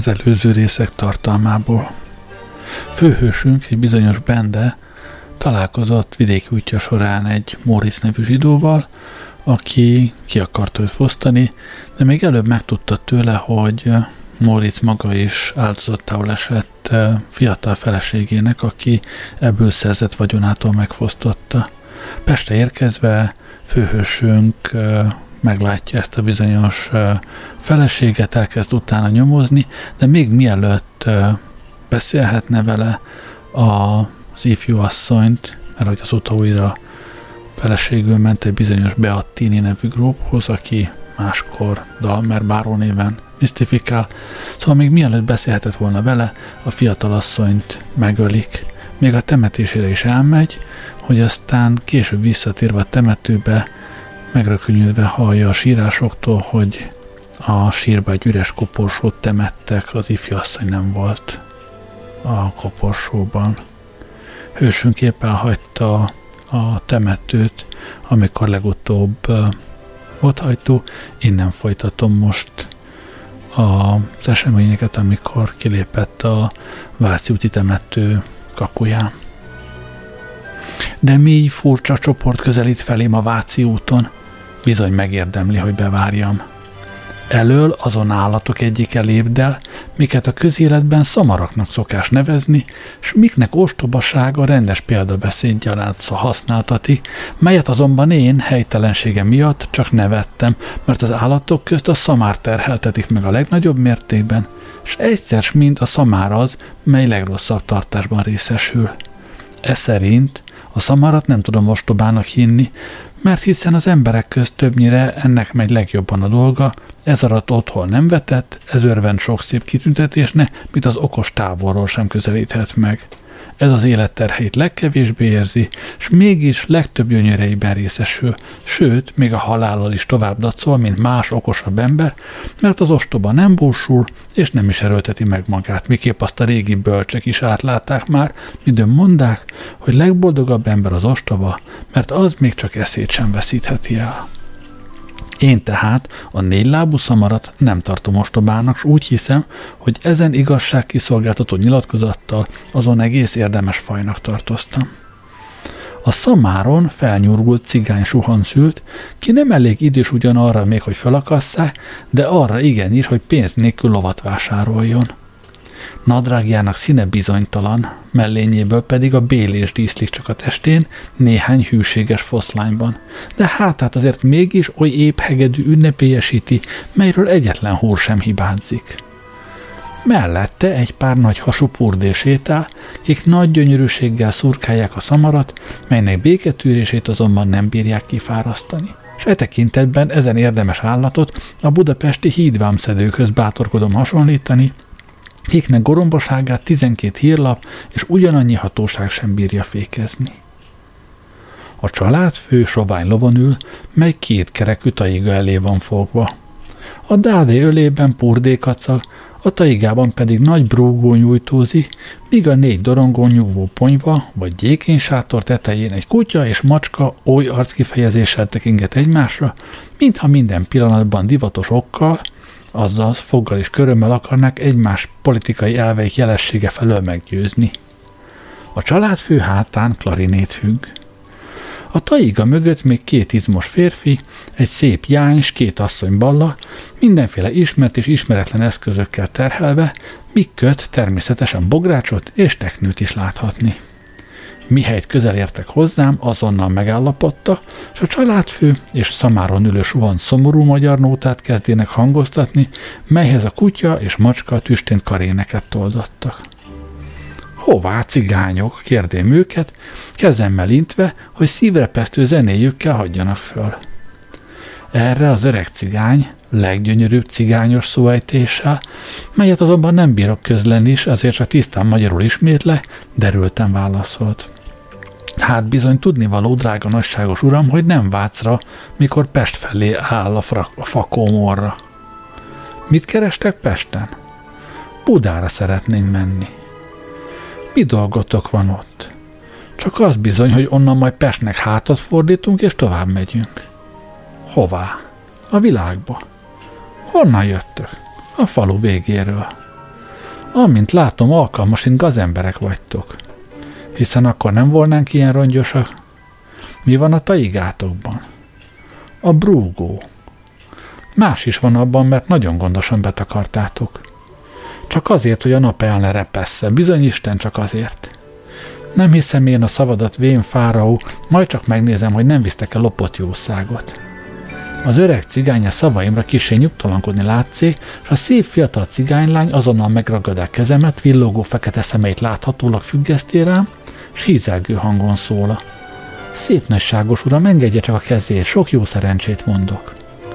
az előző részek tartalmából. Főhősünk, egy bizonyos Bende találkozott vidéki útja során egy Móricz nevű zsidóval, aki ki akart őt fosztani, de még előbb megtudta tőle, hogy Móricz maga is áldozattául esett fiatal feleségének, aki ebből szerzett vagyonától megfosztotta. Pestre érkezve főhősünk meglátja ezt a bizonyos feleséget, elkezd utána nyomozni, de még mielőtt beszélhetne vele az ifjú asszonyt, mert hogy azóta újra feleségül ment egy bizonyos Beattini nevű grófhoz, aki máskor Dalmer báró néven misztifikál. Szóval még mielőtt beszélhetett volna vele, a fiatal asszonyt megölik. Még a temetésére is elmegy, hogy aztán később visszatérve a temetőbe megrökönyödve hallja a sírásoktól, hogy a sírba egy üres koporsót temettek, az ifjú asszony nem volt a koporsóban. Hősünk épp elhagyta a temetőt, amikor legutóbb ott hagytó. Innen folytatom most az eseményeket, amikor kilépett a Váci úti temető kapuján. De mély, furcsa csoport közelít felém a Váci úton. Bizony megérdemli, hogy bevárjam. Elől azon állatok egyike lépdel, miket a közéletben szamaraknak szokás nevezni, s miknek ostobasága rendes példabeszéd gyaránt használtati, melyet azonban én helytelensége miatt csak nevettem, mert az állatok közt a szamár terheltetik meg a legnagyobb mértékben, s egyszer mind a szamár az, mely legrosszabb tartásban részesül. E szerint a szamarat nem tudom ostobának hinni, mert hiszen az emberek közt többnyire ennek megy legjobban a dolga, ez alatt otthon nem vetett, ez örvend sok szép kitüntetésne, mint az okos távolról sem közelíthet meg. Ez az életterheit legkevésbé érzi, s mégis legtöbb gyönyöreiben részesül, sőt, még a halállal is tovább dacol, mint más okosabb ember, mert az ostoba nem búsul, és nem is erőlteti meg magát, miképp azt a régi bölcsek is átlátták már, midőn mondák, hogy legboldogabb ember az ostoba, mert az még csak eszét sem veszítheti el. Én tehát a négylábú szamarat nem tartom ostobának, s úgy hiszem, hogy ezen igazságkiszolgáltató nyilatkozattal azon egész érdemes fajnak tartoztam. A szamáron felnyurgult cigány suhanszült, ki nem elég idős ugyan arra még, hogy felakasszák, de arra igenis, hogy pénz nélkül lovat vásároljon. Nadrágjának színe bizonytalan, mellényéből pedig a bélés díszlik csak a testén, néhány hűséges foszlányban. De hátát azért mégis oly épp hegedű ünnepélyesíti, melyről egyetlen húr sem hibázik. Mellette egy pár nagy hasú purdé sétál, kik nagy gyönyörűséggel szurkálják a szamarat, melynek béketűrését azonban nem bírják kifárasztani. S e tekintetben ezen érdemes állatot a budapesti hídvámszedőkhöz bátorkodom hasonlítani, kiknek gorombaságát 12 hírlap és ugyanannyi hatóság sem bírja fékezni. A családfő sovány lovon ül, mely 2 kerekű taiga elé van fogva. A dádé ölében purdé kacag, a taigában pedig nagy brógó nyújtózik, míg a 4 dorongón nyugvó ponyva vagy gyékénysátor tetején egy kutya és macska oly arckifejezéssel tekinget egymásra, mintha minden pillanatban divatos okkal, azaz foggal és körömmel akarnák egymás politikai elveik jelessége felől meggyőzni. A családfő hátán klarinét függ. A taiga mögött még 2 izmos férfi, egy szép jány s 2 asszony balla, mindenféle ismert és ismeretlen eszközökkel terhelve, míg köt természetesen bográcsot és teknőt is láthatni. Mihelyt közel értek hozzám, azonnal megállapotta, s a családfő és szamáron ülő suhan szomorú magyar nótát kezdének hangoztatni, melyhez a kutya és macska tüstént karéneket toldottak. Hová, cigányok? Kérdém őket, kezemmel intve, hogy szívrepesztő zenéjükkel hagyjanak föl. Erre az öreg cigány, leggyönyörűbb cigányos szóejtéssel, melyet azonban nem bírok közlenni is, azért csak tisztán magyarul ismétle, derülten válaszolt. Hát bizony tudnivaló, drága nagyságos uram, hogy nem Vácra, mikor Pest felé áll a fakómorra. Mit kerestek Pesten? Budára szeretnénk menni. Mi dolgotok van ott? Csak az bizony, hogy onnan majd Pestnek hátat fordítunk, és tovább megyünk. Hová? A világba. Honnan jöttök? A falu végéről. Amint látom, alkalmasint gazemberek vagytok. Hiszen akkor nem volnánk ilyen rongyosak. Mi van a taigátokban? A brúgó. Más is van abban, mert nagyon gondosan betakartátok. Csak azért, hogy a nap el ne repessze. Bizony Isten, csak azért. Nem hiszem én a szavadat, vén fáraó, majd csak megnézem, hogy nem visztek-e lopott jószágot. Az öreg cigány a szavaimra kissé nyugtalankodni látszik, és a szép fiatal cigánylány azonnal megragadá kezemet, villogó fekete szemeit láthatólag függeszti rám, s hízelgő hangon szóla. Szép nagyságos uram, engedje csak a kezét, sok jó szerencsét mondok.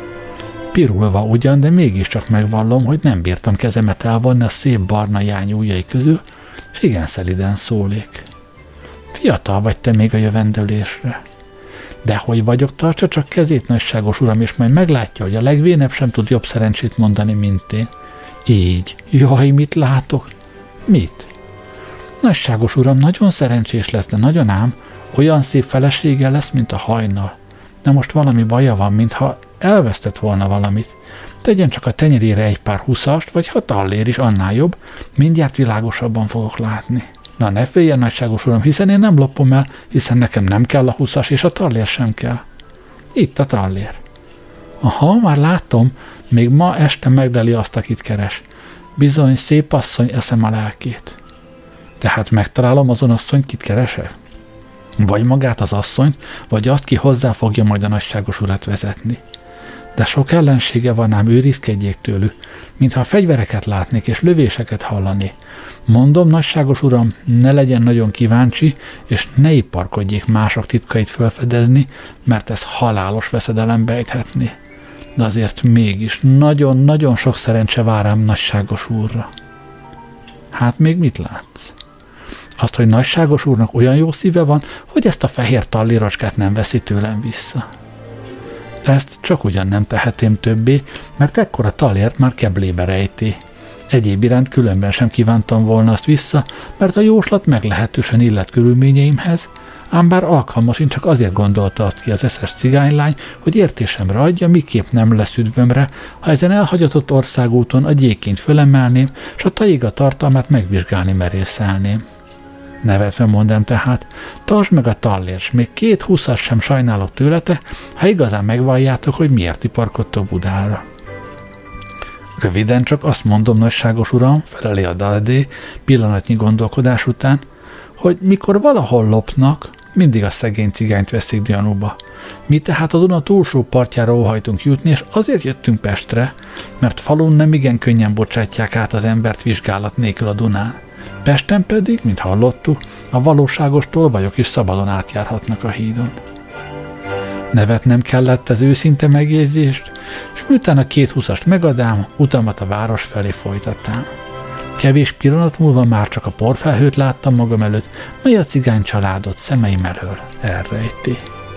Pirulva ugyan, de mégiscsak megvallom, hogy nem bírtam kezemet elvonni a szép barna jány ujjai közül, és igen szeliden szólék. Fiatal vagy te még a jövendőlésre. De hogy vagyok, tartsa csak kezét, nagyságos uram, és majd meglátja, hogy a legvénebb sem tud jobb szerencsét mondani, mint én. Így. Jaj, mit látok? Mit? Nagyságos uram, nagyon szerencsés lesz, de nagyon ám, olyan szép felesége lesz, mint a hajnal. De most valami baja van, mintha elvesztett volna valamit. Tegyen csak a tenyerére egy pár huszast, vagy ha tallér is, annál jobb, mindjárt világosabban fogok látni. Na, ne féljen, nagyságos uram, hiszen én nem lopom el, hiszen nekem nem kell a huszas, és a tallér sem kell. Itt a tallér. Aha, már látom, még ma este megdeli azt, akit keres. Bizony, szép asszony, eszem a lelkét. Tehát megtalálom azon asszonyt, kit keresek? Vagy magát az asszonyt, vagy azt, ki hozzá fogja majd a nagyságos urat vezetni. De sok ellensége van, ám őrizkedjék tőlük, mintha fegyvereket látnék és lövéseket hallani. Mondom, nagyságos uram, ne legyen nagyon kíváncsi, és ne iparkodjék mások titkait felfedezni, mert ez halálos veszedelembe ejthetné. De azért mégis nagyon-nagyon sok szerencse vár rám nagyságos úrra. Hát még mit látsz? Azt, hogy nagyságos úrnak olyan jó szíve van, hogy ezt a fehér tallérocskát nem veszi tőlem vissza. Ezt csak ugyan nem tehetém többé, mert ekkora tallért már keblébe rejti. Egyéb iránt különben sem kívántam volna azt vissza, mert a jóslat meglehetősen illet körülményeimhez, ám bár alkalmasint csak azért gondolta azt ki az eszes cigánylány, hogy értésemre adja, miképp nem lesz üdvömre, ha ezen elhagyatott országúton a gyékényt fölemelném, s a taiga tartalmát megvizsgálni merészelném. Nevetve mondom tehát, tartsd meg a tallért, még 2 huszas sem sajnálok tőlete, ha igazán megvalljátok, hogy miért iparkodtok Budára. Röviden csak azt mondom, nagyságos uram, feleli a Daldé pillanatnyi gondolkodás után, hogy mikor valahol lopnak, mindig a szegény cigányt veszik gyanúba. Mi tehát a Duna túlsó partjára óhajtunk jutni, és azért jöttünk Pestre, mert falun nem igen könnyen bocsátják át az embert vizsgálat nélkül a Dunán. Pesten pedig, mint hallottuk, a valóságos tolvajok is szabadon átjárhatnak a hídon. Nevetnem kellett az őszinte megjegyzést, és miután a 2 huszast megadám, utamat a város felé folytatám. Kevés pillanat múlva már csak a porfelhőt láttam magam előtt, mely a cigány családot szemeim elől elrejti.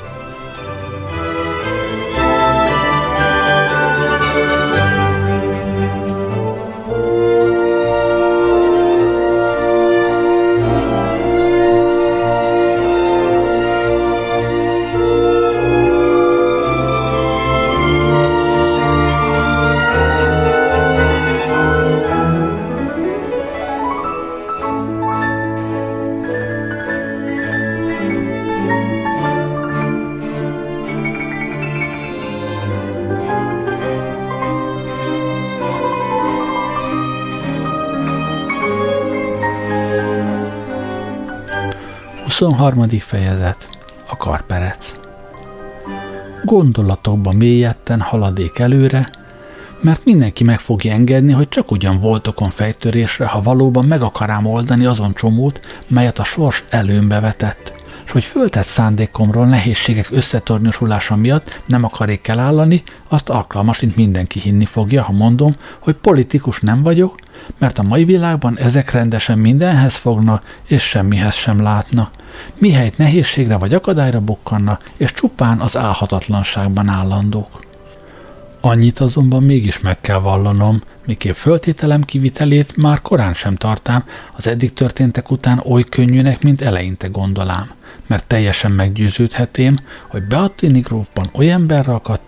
A 23. fejezet. A karperec. Gondolatokba mélyedten haladék előre, mert mindenki meg fogja engedni, hogy csak ugyan voltokon fejtörésre, ha valóban meg akarám oldani azon csomót, melyet a sors előmbe vetett, s hogy föltett szándékomról nehézségek összetornyosulása miatt nem akarék elállani, azt alkalmasint mindenki hinni fogja, ha mondom, hogy politikus nem vagyok, mert a mai világban ezek rendesen mindenhez fognak, és semmihez sem látnak. Mihelyt nehézségre vagy akadályra bukkannak, és csupán az álhatatlanságban állandók. Annyit azonban mégis meg kell vallanom, miképp föltételem kivitelét már korán sem tartám, az eddig történtek után oly könnyűnek, mint eleinte gondolám, mert teljesen meggyőződhetém, hogy Beattini grófban olyan emberre akadtam,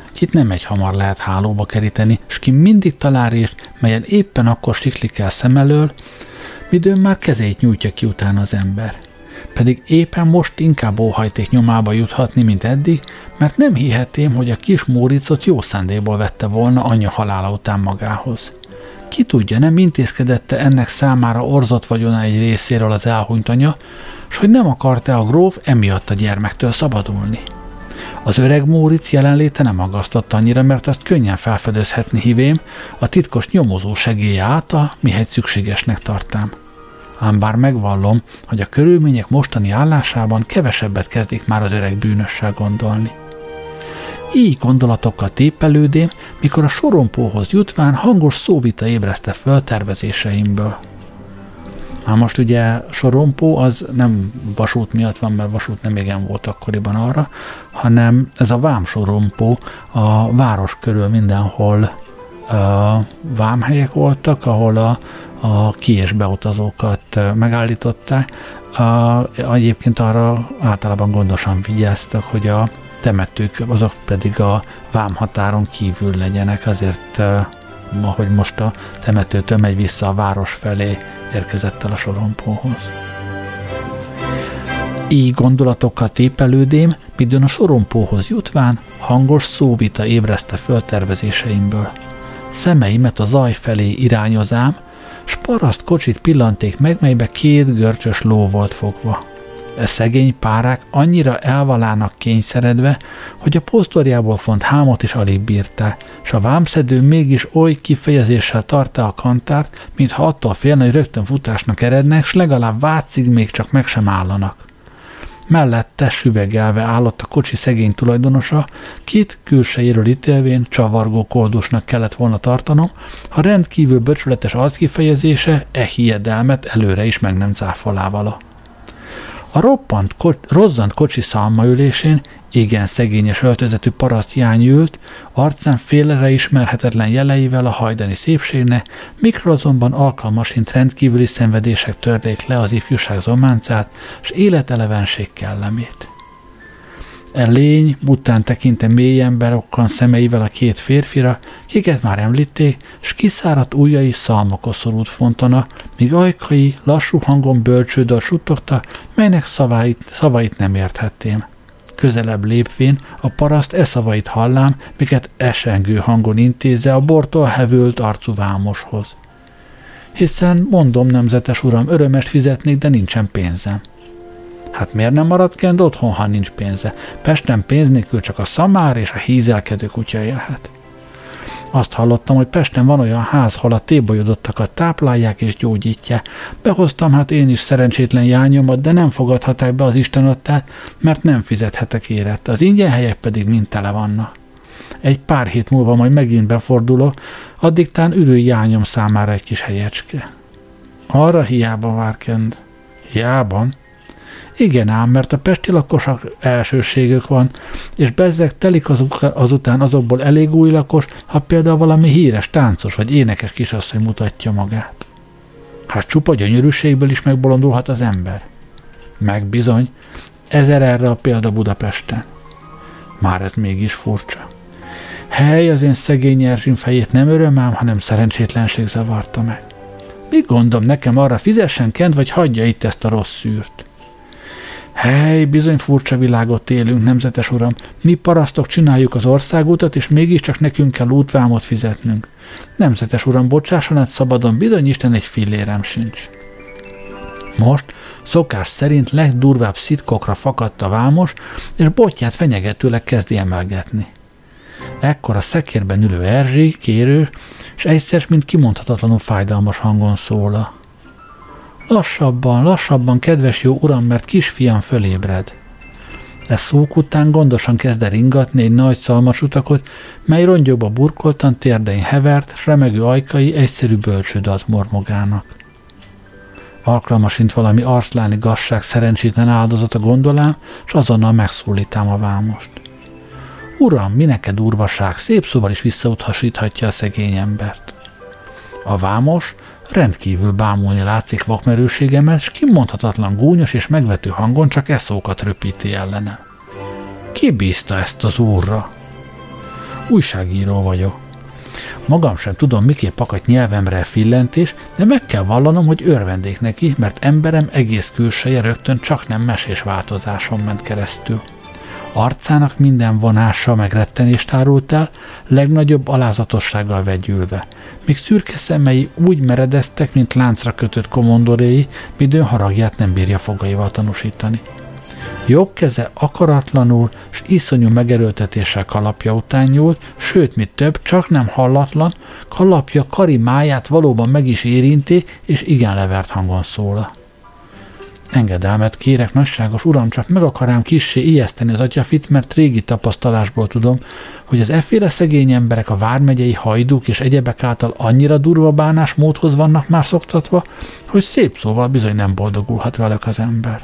kit nem egyhamar lehet hálóba keríteni, s ki mindig talál részt, melyen éppen akkor siklik el szem elől, midőn már kezét nyújtja ki utána az ember. Pedig éppen most inkább óhajték nyomába juthatni, mint eddig, mert nem hihetém, hogy a kis Móricot jó szándékból vette volna anyja halála után magához. Ki tudja, nem intézkedette ennek számára orzott vagyona egy részéről az elhunyt anya, s hogy nem akart-e a gróf emiatt a gyermektől szabadulni. Az öreg Móric jelenléte nem aggasztott annyira, mert azt könnyen felfedezhetni hívém a titkos nyomozó segélye által, mihegy szükségesnek tartám. Ám bár megvallom, hogy a körülmények mostani állásában kevesebbet kezdik már az öreg bűnössel gondolni. Így gondolatokkal tépelődém, mikor a sorompóhoz jutván hangos szóvita ébreszte föl tervezéseimből. Már most ugye sorompó az nem vasút miatt van, mert vasút nem igen volt akkoriban arra, hanem ez a vámsorompó, a város körül mindenhol vámhelyek voltak, ahol a ki- és beutazókat megállították. Egyébként arra általában gondosan vigyáztak, hogy a temetők azok pedig a vámhatáron kívül legyenek, azért ahogy most a temetőtől megy vissza a város felé, érkezett el a sorompóhoz. Így gondolatokkal tépelődém, midőn a sorompóhoz jutván hangos szóvita ébreszte föl tervezéseimből. Szemeimet a zaj felé irányozám, s paraszt kocsit pillanték meg, melybe 2 görcsös ló volt fogva. E szegény párák annyira elvalának kényszeredve, hogy a posztorjából font hámot is alig bírták, s a vámszedő mégis oly kifejezéssel tartta a kantárt, mintha attól félne, hogy rögtön futásnak erednek, s legalább Vácig még csak meg sem állanak. Mellette süvegelve állott a kocsi szegény tulajdonosa, Kit külsejéről ítélvén csavargó koldusnak kellett volna tartanom, ha rendkívül becsületes arckifejezése hiedelmet előre is meg nem cáfolával. A rozzant kocsi szalmaülésén igen szegényes öltözetű parasztjány ült, arcán félre ismerhetetlen jeleivel a hajdani szépségnek, mikor azonban alkalmasint rendkívüli szenvedések törték le az ifjúság zománcát, s életelevenség kellemét. E lény után tekinte mélyen berokkan szemeivel a 2 férfira, kiket már említék, s kiszáradt ujjai szalmakhoz szorult fontana, míg ajkai lassú hangon bölcsődől suttogta, melynek szavait nem érthettem. Közelebb lépvén a paraszt szavait hallám, miket esengő hangon intézze a bortól hevült arcú vámoshoz. Hiszen, mondom, nemzetes uram, örömest fizetnék, de nincsen pénzem. Hát miért nem marad kend otthon, ha nincs pénze? Pesten pénz nélkül csak a szamár és a hízelkedő kutya élhet. Azt hallottam, hogy Pesten van olyan ház, hol a tébolyodottakat táplálják és gyógyítják. Behoztam hát én is szerencsétlen jányomat, de nem fogadhaták be az istenadtát, mert nem fizethetek érett. Az ingyen helyek pedig mind tele vannak. Egy pár hét múlva majd megint befordulok, addigtán ürülj jányom számára egy kis helyecske. Arra hiába vár kend. Hiában? Igen ám, mert a pesti lakosok elsőségük van, és bezzeg telik azután azokból elég új lakos, ha például valami híres táncos vagy énekes kisasszony mutatja magát. Hát csupa gyönyörűségből is megbolondulhat az ember. Meg bizony, 1000 erre a példa Budapesten. Már ez mégis furcsa. Hely, az én szegény Erzsin fejét nem örömám, hanem szerencsétlenség zavarta meg. Mi gondom nekem arra, fizessen kent, vagy hagyja itt ezt a rossz szűrt? Hely, bizony furcsa világot élünk, nemzetes uram. Mi parasztok csináljuk az országutat, és mégiscsak nekünk kell útvámot fizetnünk. Nemzetes uram, bocsásson át szabadon, bizony Isten egy fillérem sincs. Most szokás szerint legdurvább szitkokra fakadt a vámos, és botját fenyegetőleg kezdi emelgetni. Ekkor a szekérben ülő Erzsi, kérő, és egyszer, mint kimondhatatlanul fájdalmas hangon szólal. Lassabban, lassabban, kedves jó uram, mert kisfiam fölébred. E szók után gondosan kezd el ringatni egy nagy szalmasutakot, mely rongyokba burkoltan térdein hevert, s remegő ajkai egyszerű bölcsődalt mormogának. Alkalmasint valami arszláni gazság szerencsétlen áldozata gondolám, s azonnal megszólítám a vámost. Uram, mi neked durvaság, szép szóval is visszautasíthatja a szegény embert. A vámos rendkívül bámulni látszik vakmerőségemet, s kimondhatatlan gúnyos és megvető hangon csak szókat röpíti ellene. Ki bízta ezt az úrra? újságíró vagyok. Magam sem tudom, miképp akadt nyelvemre fillentés, de meg kell vallanom, hogy örvendék neki, mert emberem egész külseje rögtön csak nem mesés változáson ment keresztül. Arcának minden vonása megrettenést árult el, legnagyobb alázatossággal vegyülve, míg szürke szemei úgy meredeztek, mint láncra kötött komondoréi, midőn haragját nem bírja fogaival tanúsítani. Jobb keze akaratlanul s iszonyú megerőltetéssel kalapja után nyúlt, sőt, mit több, csak nem hallatlan, kalapja kari máját valóban meg is érinti, és igen levert hangon szóla. Engedelmet kérek, nagyságos uram, csak meg akarám kissé ijeszteni az atyafit, mert régi tapasztalásból tudom, hogy az efféle szegény emberek a vármegyei hajdúk és egyebek által annyira durva bánásmódhoz vannak már szoktatva, hogy szép szóval bizony nem boldogulhat velük az ember.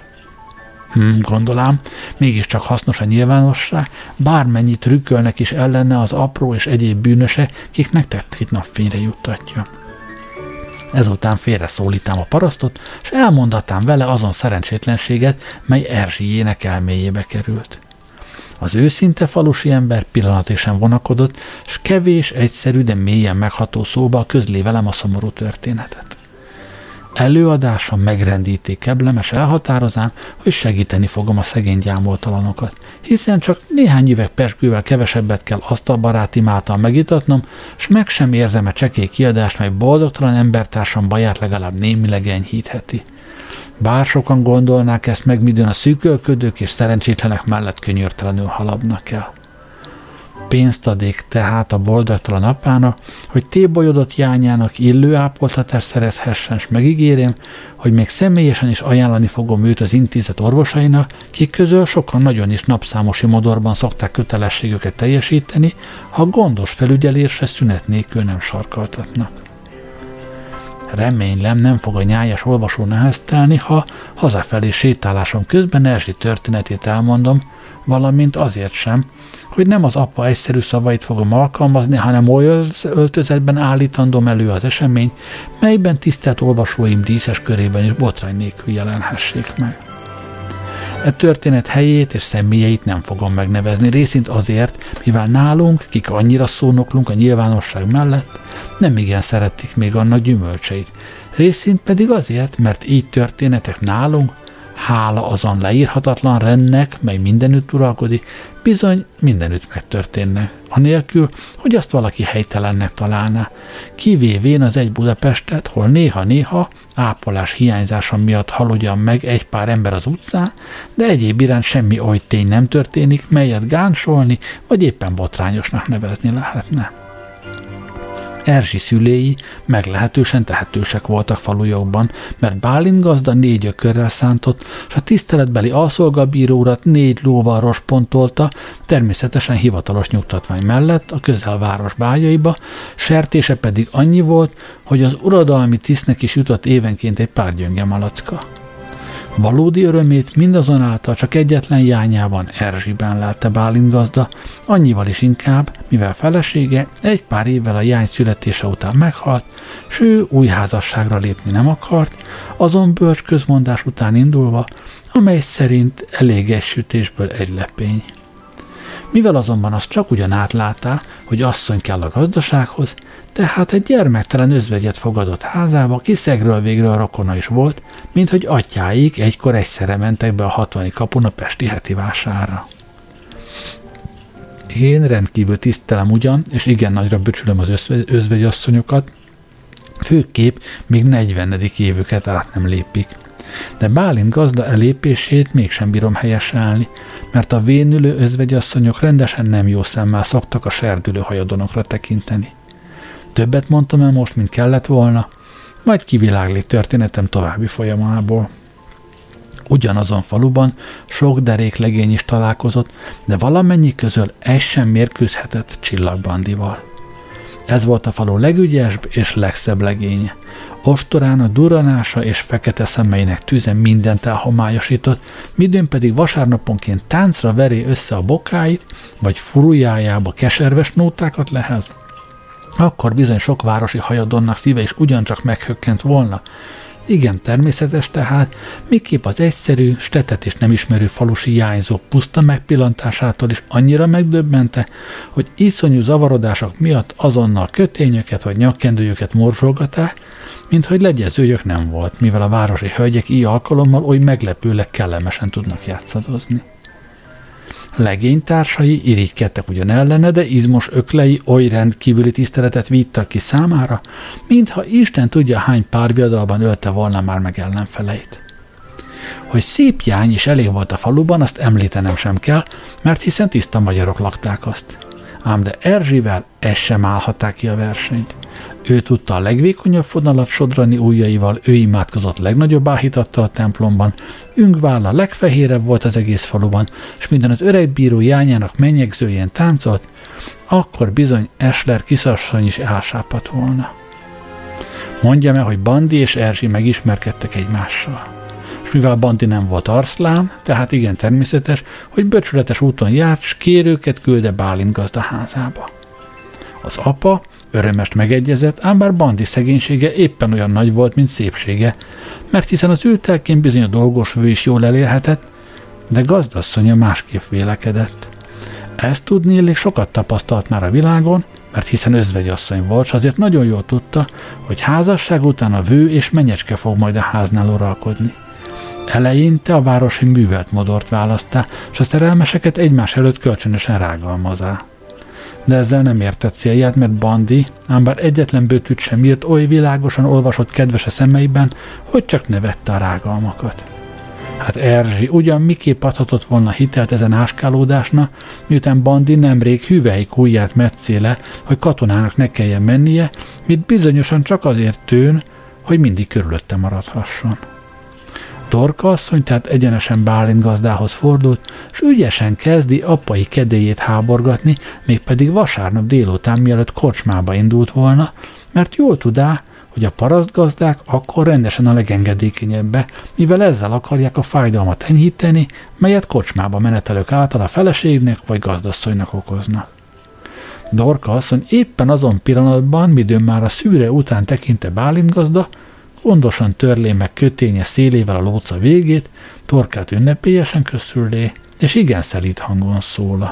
Gondolám, mégiscsak hasznos a nyilvánosság, bármennyit rükölnek is ellene az apró és egyéb bűnöse, kiknek tetteit napfényre juttatja. Ezután félreszólítám a parasztot, és elmondatám vele azon szerencsétlenséget, mely Erzsijének elméjébe került. Az őszinte falusi ember pillanatig sem vonakodott, s kevés, egyszerű, de mélyen megható szóval közli velem a szomorú történetet. Előadása megrendíti keblemes elhatározám, hogy segíteni fogom a szegény gyámoltalanokat, hiszen csak néhány üveg pezsgővel kevesebbet kell asztalbarátim által megitatnom, s meg sem érzem a csekély kiadást, mely boldogtalan embertársam baját legalább némileg enyhítheti. Bár sokan gondolnák ezt meg, midőn a szűkölködők és szerencsétlenek mellett könyörtelenül haladnak el. Pénzt adék tehát a boldogtalan apának, hogy tébolyodott jányának illő ápoltatást szerezhessen, s megígérem, hogy még személyesen is ajánlani fogom őt az intézet orvosainak, kik közül sokan nagyon is napszámosi modorban szokták kötelességüket teljesíteni, ha gondos felügyelésre szünet nélkül nem sarkaltatnak. Remélem nem fog a nyájas olvasó neheztelni, ha hazafelé sétálásom közben Erzsi történetét elmondom, valamint azért sem, hogy nem az apa egyszerű szavait fogom alkalmazni, hanem olyan öltözetben állítandom elő az eseményt, melyben tisztelt olvasóim díszes körében is botrány nélkül jelenhessék meg. E történet helyét és személyeit nem fogom megnevezni, részint azért, mivel nálunk, kik annyira szónoklunk a nyilvánosság mellett, nem igen szeretik még annak gyümölcseit, részint pedig azért, mert így történetek nálunk, hála azon leírhatatlan rendnek, mely mindenütt uralkodik, bizony mindenütt megtörténnek, anélkül, hogy azt valaki helytelennek találná, kivévén az egy Budapestet, hol néha-néha ápolás hiányzása miatt hal ugyan meg egy pár ember az utcán, de egyéb iránt semmi oly tény nem történik, melyet gánsolni, vagy éppen botrányosnak nevezni lehetne. Erzsi szüléi meglehetősen tehetősek voltak falujokban, mert Bálint gazda 4 ökörrel szántott, s a tiszteletbeli alszolgabíró urat 4 lóval rospontolta, természetesen hivatalos nyugtatvány mellett a közelváros bájaiba, sertése pedig annyi volt, hogy az uradalmi tisztnek is jutott évenként egy pár gyönge malacka. Valódi örömét mindazonáltal csak egyetlen jányában, Erzsiben lelte Bálint gazda, annyival is inkább, mivel felesége egy pár évvel a jány születése után meghalt, s ő új házasságra lépni nem akart, azon bölcs közmondás után indulva, amely szerint elég egy sütésből egy lepény. Mivel azonban azt csak ugyan átlátá, hogy asszony kell a gazdasághoz, tehát egy gyermektelen özvegyet fogadott házába, ki szegről végről rokona is volt, mint hogy atyáik egykor egyszerre mentek be a 60. kapun a pesti heti vásárra. Én rendkívül tisztelem ugyan, és igen nagyra becsülöm az özvegyasszonyokat, főképp még 40. évüket át nem lépik. De Bálint gazda elépését mégsem bírom helyeselni, mert a vénülő özvegyasszonyok rendesen nem jó szemmel szoktak a serdülő hajadonokra tekinteni. Többet mondtam el most, mint kellett volna, majd kiviláglik történetem további folyamából. Ugyanazon faluban sok derék legény is találkozott, de valamennyi közül egy sem mérkőzhetett Csillagbandival. Ez volt a falu legügyesebb és legszebb legénye. Ostorának durranása és fekete szemeinek tüze mindent elhomályosított, midőn pedig vasárnaponként táncra veri össze a bokáit, vagy furujájába keserves nótákat lehet, akkor bizony sok városi hajadonnak szíve is ugyancsak meghökkent volna, Igen természetes tehát, miképp az egyszerű, stetet és nem ismerő falusi jányzók puszta megpillantásától is annyira megdöbbente, hogy iszonyú zavarodások miatt azonnal kötényöket vagy nyakkendőjöket morzsolgatták, mint hogy legyezőjük nem volt, mivel a városi hölgyek így alkalommal oly meglepőleg kellemesen tudnak játszadozni. Legénytársai irigykedtek ugyan ellene, de izmos öklei oly rendkívüli tiszteletet vittak ki számára, mintha Isten tudja hány párviadalban ölte volna már meg ellenfeleit. Hogy szép jány is elég volt a faluban, azt említenem sem kell, mert hiszen tiszta magyarok lakták azt. Ám de Erzsivel ezt sem állhatták ki a versenyt. Ő tudta a legvékonyabb fonalat sodrani ujjaival, ő imádkozott legnagyobb áhítattal a templomban, Üngválla legfehérebb volt az egész faluban, és minden az öreg bíró jányának mennyegzőjén táncolt, akkor bizony Esler kisasszony is elsápadt volna. Mondjam el, hogy Bandi és Erzsi megismerkedtek egymással. És mivel Bandi nem volt arszlán, tehát igen természetes, hogy becsületes úton járt, s kérőket küldte Bálint gazda házába. Az apa örömest megegyezett, ám bár Bandi szegénysége éppen olyan nagy volt, mint szépsége, mert hiszen az ő telkén bizony a dolgos vő is jól elérhetett, de gazdasszonya másképp vélekedett. Ezt tudnélik sokat tapasztalt már a világon, mert hiszen özvegyasszony volt, s azért nagyon jól tudta, hogy házasság után a vő és menyecske fog majd a háznál uralkodni. Eleinte a városi művelt modort választá, s a szerelmeseket egymás előtt kölcsönösen rágalmazá. De ezzel nem értett célját, mert Bandi, ám bár egyetlen bötűt sem írt, oly világosan olvasott kedves a szemeiben, hogy csak nevette a rágalmakat. Hát Erzsi ugyan miképp adhatott volna hitelt ezen áskálódásna, miután Bandi nemrég hüvelyk ujját metszéle, hogy katonának ne kelljen mennie, mit bizonyosan csak azért tűn, hogy mindig körülötte maradhasson. Dorka asszony tehát egyenesen Bálint gazdához fordult, s ügyesen kezdi apai kedélyét háborgatni, mégpedig vasárnap délután, mielőtt kocsmába indult volna, mert jól tudá, hogy a parasztgazdák akkor rendesen a legengedékenyebbe, mivel ezzel akarják a fájdalmat enyhíteni, melyet kocsmába menetelők által a feleségnek vagy gazdasszonynak okoznak. Dorka asszony éppen azon pillanatban, midőn már a szűre után tekinte Bálint gazda, gondosan törlé meg köténye szélével a lóca végét, torkát ünnepélyesen köszüllé, és igen szelíd hangon szóla.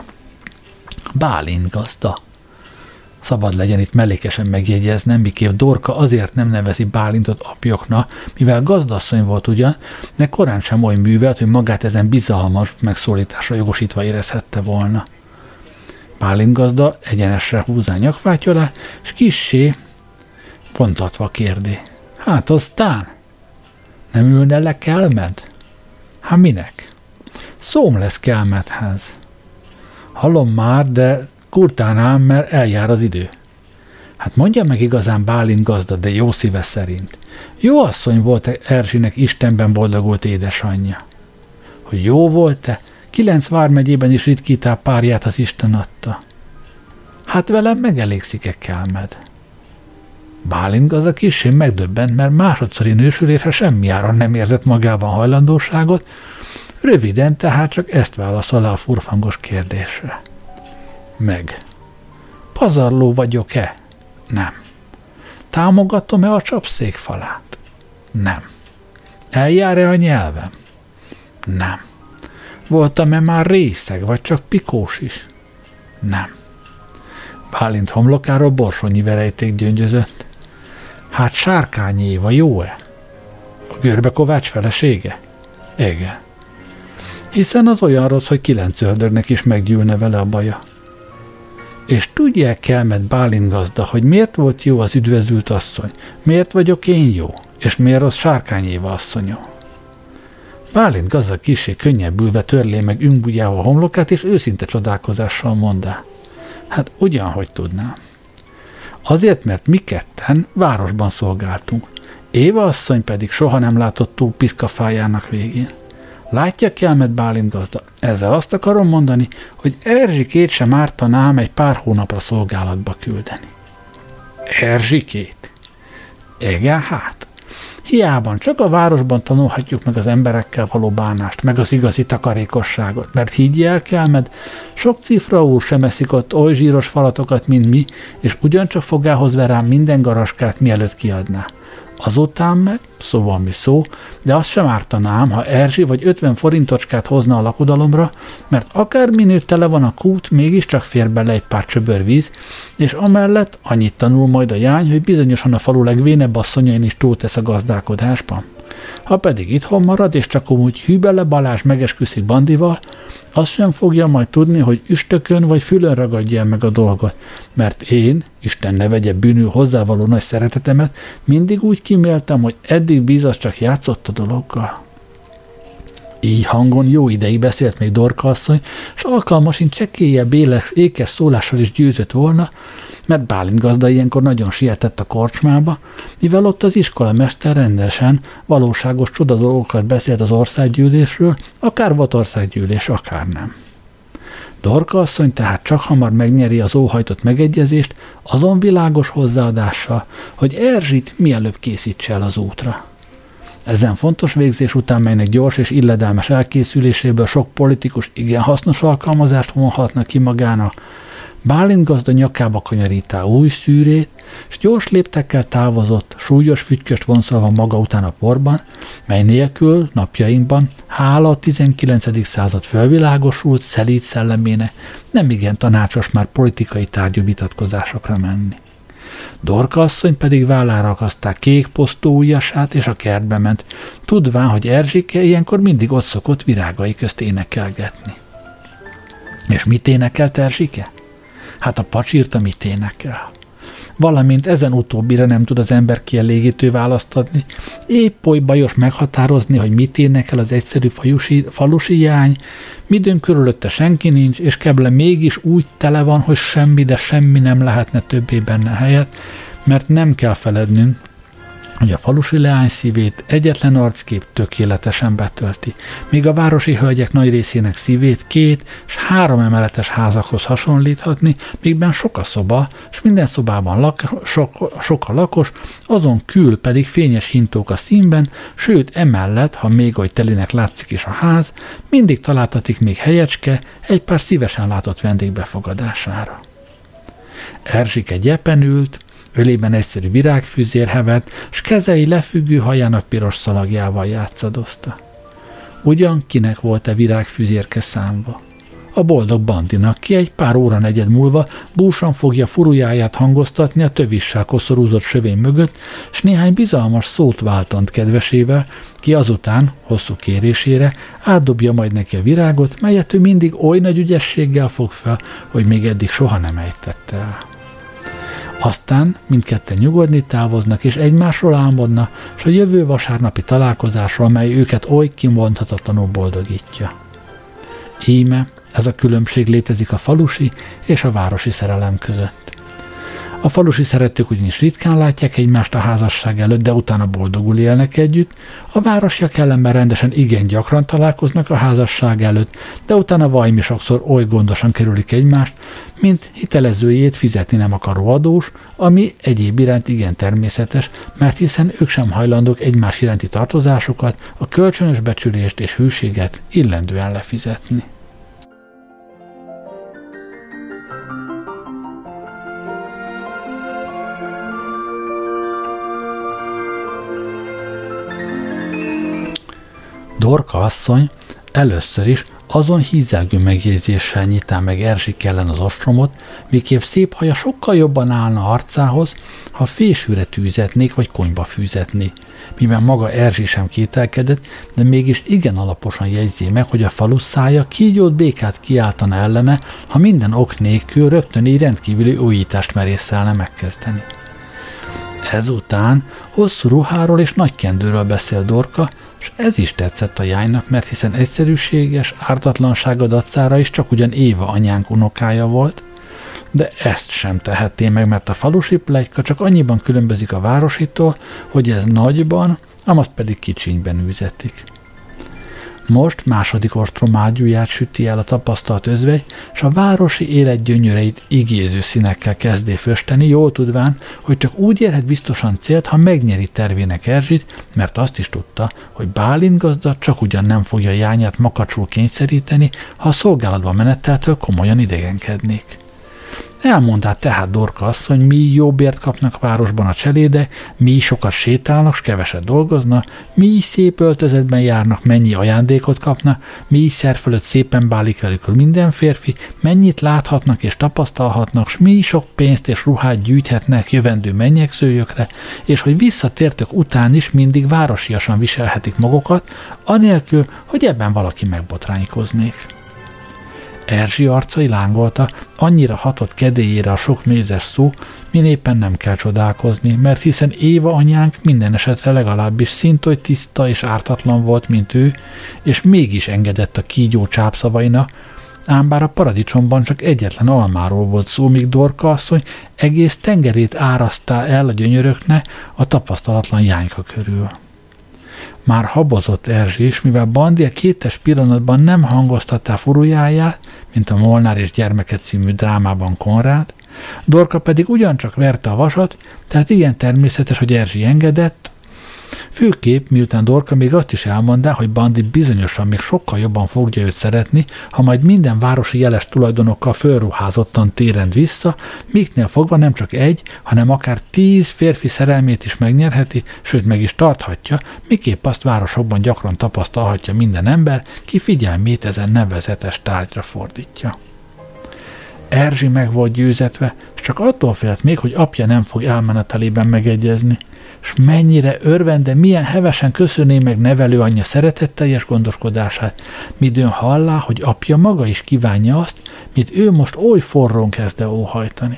Bálint gazda. Szabad legyen itt mellékesen megjegyeznem, miképp Dorka azért nem nevezi Bálintot apjokna, mivel gazdasszony volt ugyan, de korán sem oly művelt, hogy magát ezen bizalmas megszólításra jogosítva érezhette volna. Bálint gazda egyenesre húzá nyakfáty alá, s kissé vontatva kérdi. Hát aztán? Nem ülne le Kelmed? Hát minek? Szóm lesz Kelmedhez. Hallom már, de kurtán ám, mert eljár az idő. Hát mondja meg igazán Bálint gazda, de jó szíve szerint. Jó asszony volt Erzsinek Istenben boldogult édesanyja. Hogy jó volt-e? 9 vármegyében is ritkítál párját az Isten adta. Hát velem megelégszik-e Kelmed? Bálint gazda kissé megdöbbent, mert másodszori nősülésre semmiáron nem érzett magában hajlandóságot, röviden tehát csak ezt válaszol le a furfangos kérdésre. Meg. Pazarló vagyok-e? Nem. Támogatom-e a csapszék falát? Nem. Eljár-e a nyelvem? Nem. Voltam-e már részeg, vagy csak pikós is? Nem. Bálint homlokáról borsonyi verejték gyöngyözött. Hát Sárkány Éva jó-e? A Görbe Kovács felesége? Igen. Hiszen az olyan rossz, hogy 9 ördögnek is meggyűlne vele a baja. És tudják Kelmed Bálint gazda, hogy miért volt jó az üdvözült asszony? Miért vagyok én jó? És miért rossz Sárkány Éva asszonyom? Bálint gazda kissé könnyebbülve törlé meg Üngbugyával a homlokát, és őszinte csodálkozással mondá. Hát ugyanhogy tudnám. Azért, mert mi ketten városban szolgáltunk. Éva asszony pedig soha nem látott túl piszkafájának végén. Látja Kelmed Bálint gazda, ezzel azt akarom mondani, hogy Erzsikét sem ártanám egy pár hónapra szolgálatba küldeni. Erzsikét? Igen, hát. Hiában csak a városban tanulhatjuk meg az emberekkel való bánást, meg az igazi takarékosságot, mert higgy el, Kelmed, sok cifra úr sem eszik ott oly zsíros falatokat, mint mi, és ugyancsak fogához ver rám minden garaskát, mielőtt kiadná. Azután meg, szóval mi szó, de azt sem ártanám, ha Erzsi vagy 50 forintocskát hozna a lakodalomra, mert akárminő tele van a kút, mégiscsak fér bele egy pár csöbör víz, és amellett annyit tanul majd a jány, hogy bizonyosan a falu legvénebb asszonyain is túltesz a gazdálkodásban. Ha pedig itthon marad, és csak úgy Hűbele Balázs megesküszik Bandival, azt sem fogja majd tudni, hogy üstökön vagy fülön ragadja el meg a dolgot, mert én, Isten ne vegye bűnül hozzávaló nagy szeretetemet, mindig úgy kiméltem, hogy eddig Bízas csak játszott a dologgal. Így hangon jó ideig beszélt még Dorka asszony, s alkalmasint csekélyebb ékes szólással is győzött volna, mert Bálint gazda ilyenkor nagyon sietett a korcsmába, mivel ott az iskolamester rendesen valóságos csoda dolgokat beszélt az országgyűlésről, akár volt országgyűlés, akár nem. Dorka asszony tehát csak hamar megnyeri az óhajtott megegyezést azon világos hozzáadással, hogy Erzsit mielőbb készítse el az útra. Ezen fontos végzés után, melynek gyors és illedelmes elkészüléséből sok politikus igen hasznos alkalmazást vonhatna ki magának, Bálint gazda nyakába kanyarítá új szűrét, s gyors léptekkel távozott, súlyos fütyköst vonszolva maga után a porban, mely nélkül napjainkban, hála a 19. század fölvilágosult, szelíd szellemének, nem igen tanácsos már politikai tárgyú vitatkozásokra menni. Dorka asszony pedig vállára akaszták kék posztó ujjasát, és a kertbe ment, tudván, hogy Erzsike ilyenkor mindig ott szokott virágai közt énekelgetni. És mit énekelt Erzsike? Hát a pacsírt, amit énekel. Valamint ezen utóbbira nem tud az ember kielégítő választ adni, épp oly bajos meghatározni, hogy mit énekel az egyszerű falusi jány, midőn körülötte senki nincs, és Keble mégis úgy tele van, hogy semmi, de semmi nem lehetne többé benne helyet, mert nem kell felednünk, hogy a falusi leány szívét egyetlen arckép tökéletesen betölti, míg a városi hölgyek nagy részének szívét 2 és 3 emeletes házakhoz hasonlíthatni, mígben sok a szoba, és minden szobában sok a lakos, azon kül pedig fényes hintók a színben, sőt emellett, ha még oly telinek látszik is a ház, mindig találtatik még helyecske egy pár szívesen látott vendég befogadására. Erzsike gyepen ült, ölében egyszerű virágfűzér hevert, s kezei lefüggő hajának piros szalagjával játszadozta. Ugyan kinek volt-e virágfűzérke számva? A boldog Bandinak, ki egy pár óra negyed múlva búsan fogja furujáját hangoztatni a tövissel koszorúzott sövény mögött, s néhány bizalmas szót váltant kedvesével, ki azután, hosszú kérésére, átdobja majd neki a virágot, melyet ő mindig oly nagy ügyességgel fog fel, hogy még eddig soha nem ejtette el. Aztán mindketten nyugodni távoznak, és egymásról álmodna, s a jövő vasárnapi találkozásról, mely őket oly kimondhatatlanul boldogítja. Íme ez a különbség létezik a falusi és a városi szerelem között. A falusi szeretők ugyanis ritkán látják egymást a házasság előtt, de utána boldogul élnek együtt, a városiak ellenben rendesen igen gyakran találkoznak a házasság előtt, de utána vajmi sokszor oly gondosan kerülik egymást, mint hitelezőjét fizetni nem akaró adós, ami egyéb iránt igen természetes, mert hiszen ők sem hajlandók egymás iránti tartozásokat, a kölcsönös becsülést és hűséget illendően lefizetni. Dorka asszony először is azon hízelgő megjegyzéssel nyitá meg Erzsik ellen az ostromot, miképp szép haja sokkal jobban állna arcához, ha fésűre tűzetnék vagy konyba fűzetné. Mivel maga Erzsi sem kételkedett, de mégis igen alaposan jegyzi meg, hogy a falu szája kígyót békát kiáltana ellene, ha minden ok nélkül rögtön egy rendkívüli újítást merészelne megkezdeni. Ezután hosszú ruháról és nagy kendőről beszél Dorka, és ez is tetszett a jánynak, mert hiszen egyszerűséges, ártatlansága dacára is csak ugyan Éva anyánk unokája volt, de ezt sem tehetté meg, mert a falusi pletyka csak annyiban különbözik a várositól, hogy ez nagyban, amazt pedig kicsinyben űzetik. Most második ostromágyúját süti el a tapasztalt özvegy, s a városi élet gyönyöreit igéző színekkel kezdé fösteni, jól tudván, hogy csak úgy érhet biztosan célt, ha megnyeri tervének Erzsit, mert azt is tudta, hogy Bálint gazda csak ugyan nem fogja jányát makacsul kényszeríteni, ha a szolgálatba menetteltől komolyan idegenkednék. Elmondták tehát Dorka asszony, mi jó bért kapnak városban a cselédek, mi sokat sétálnak, s keveset dolgoznak, mi szép öltözetben járnak, mennyi ajándékot kapnak, mi szer fölött szépen bálik velük minden férfi, mennyit láthatnak és tapasztalhatnak, s mi sok pénzt és ruhát gyűjthetnek jövendő mennyegzőjökre, és hogy visszatértök után is mindig városiasan viselhetik magukat, anélkül, hogy ebben valaki megbotránykoznék. Erzsi arcai lángolta, annyira hatott kedélyére a sok mézes szó, min éppen nem kell csodálkozni, mert hiszen Éva anyánk minden esetre legalábbis szintúgy tiszta és ártatlan volt, mint ő, és mégis engedett a kígyó csápszavainak, ám bár a paradicsomban csak egyetlen almáról volt szó, míg Dorka asszony egész tengerét árasztá el a gyönyöröknek a tapasztalatlan Jányka körül. Már habozott Erzsi is, mivel Bandi a kétes pillanatban nem hangoztatta furujáját, mint a Molnár és gyermeke című drámában Konrád, Dorka pedig ugyancsak verte a vasat, tehát igen természetes, hogy Erzsi engedett, főképp miután Dorka még azt is elmondta, hogy Bandi bizonyosan még sokkal jobban fogja őt szeretni, ha majd minden városi jeles tulajdonokkal fölruházottan térend vissza, miknél fogva nem csak egy, hanem akár 10 férfi szerelmét is megnyerheti, sőt meg is tarthatja, miképp azt városokban gyakran tapasztalhatja minden ember, ki figyelmét ezen nevezetes tárgyra fordítja. Erzsi meg volt győzetve, és csak attól félt még, hogy apja nem fog elmenetelében megegyezni, s mennyire örvende, milyen hevesen köszönné meg nevelőanyja szeretetteljes gondoskodását, midőn hallá, hogy apja maga is kívánja azt, mit ő most oly forrón kezd óhajtani.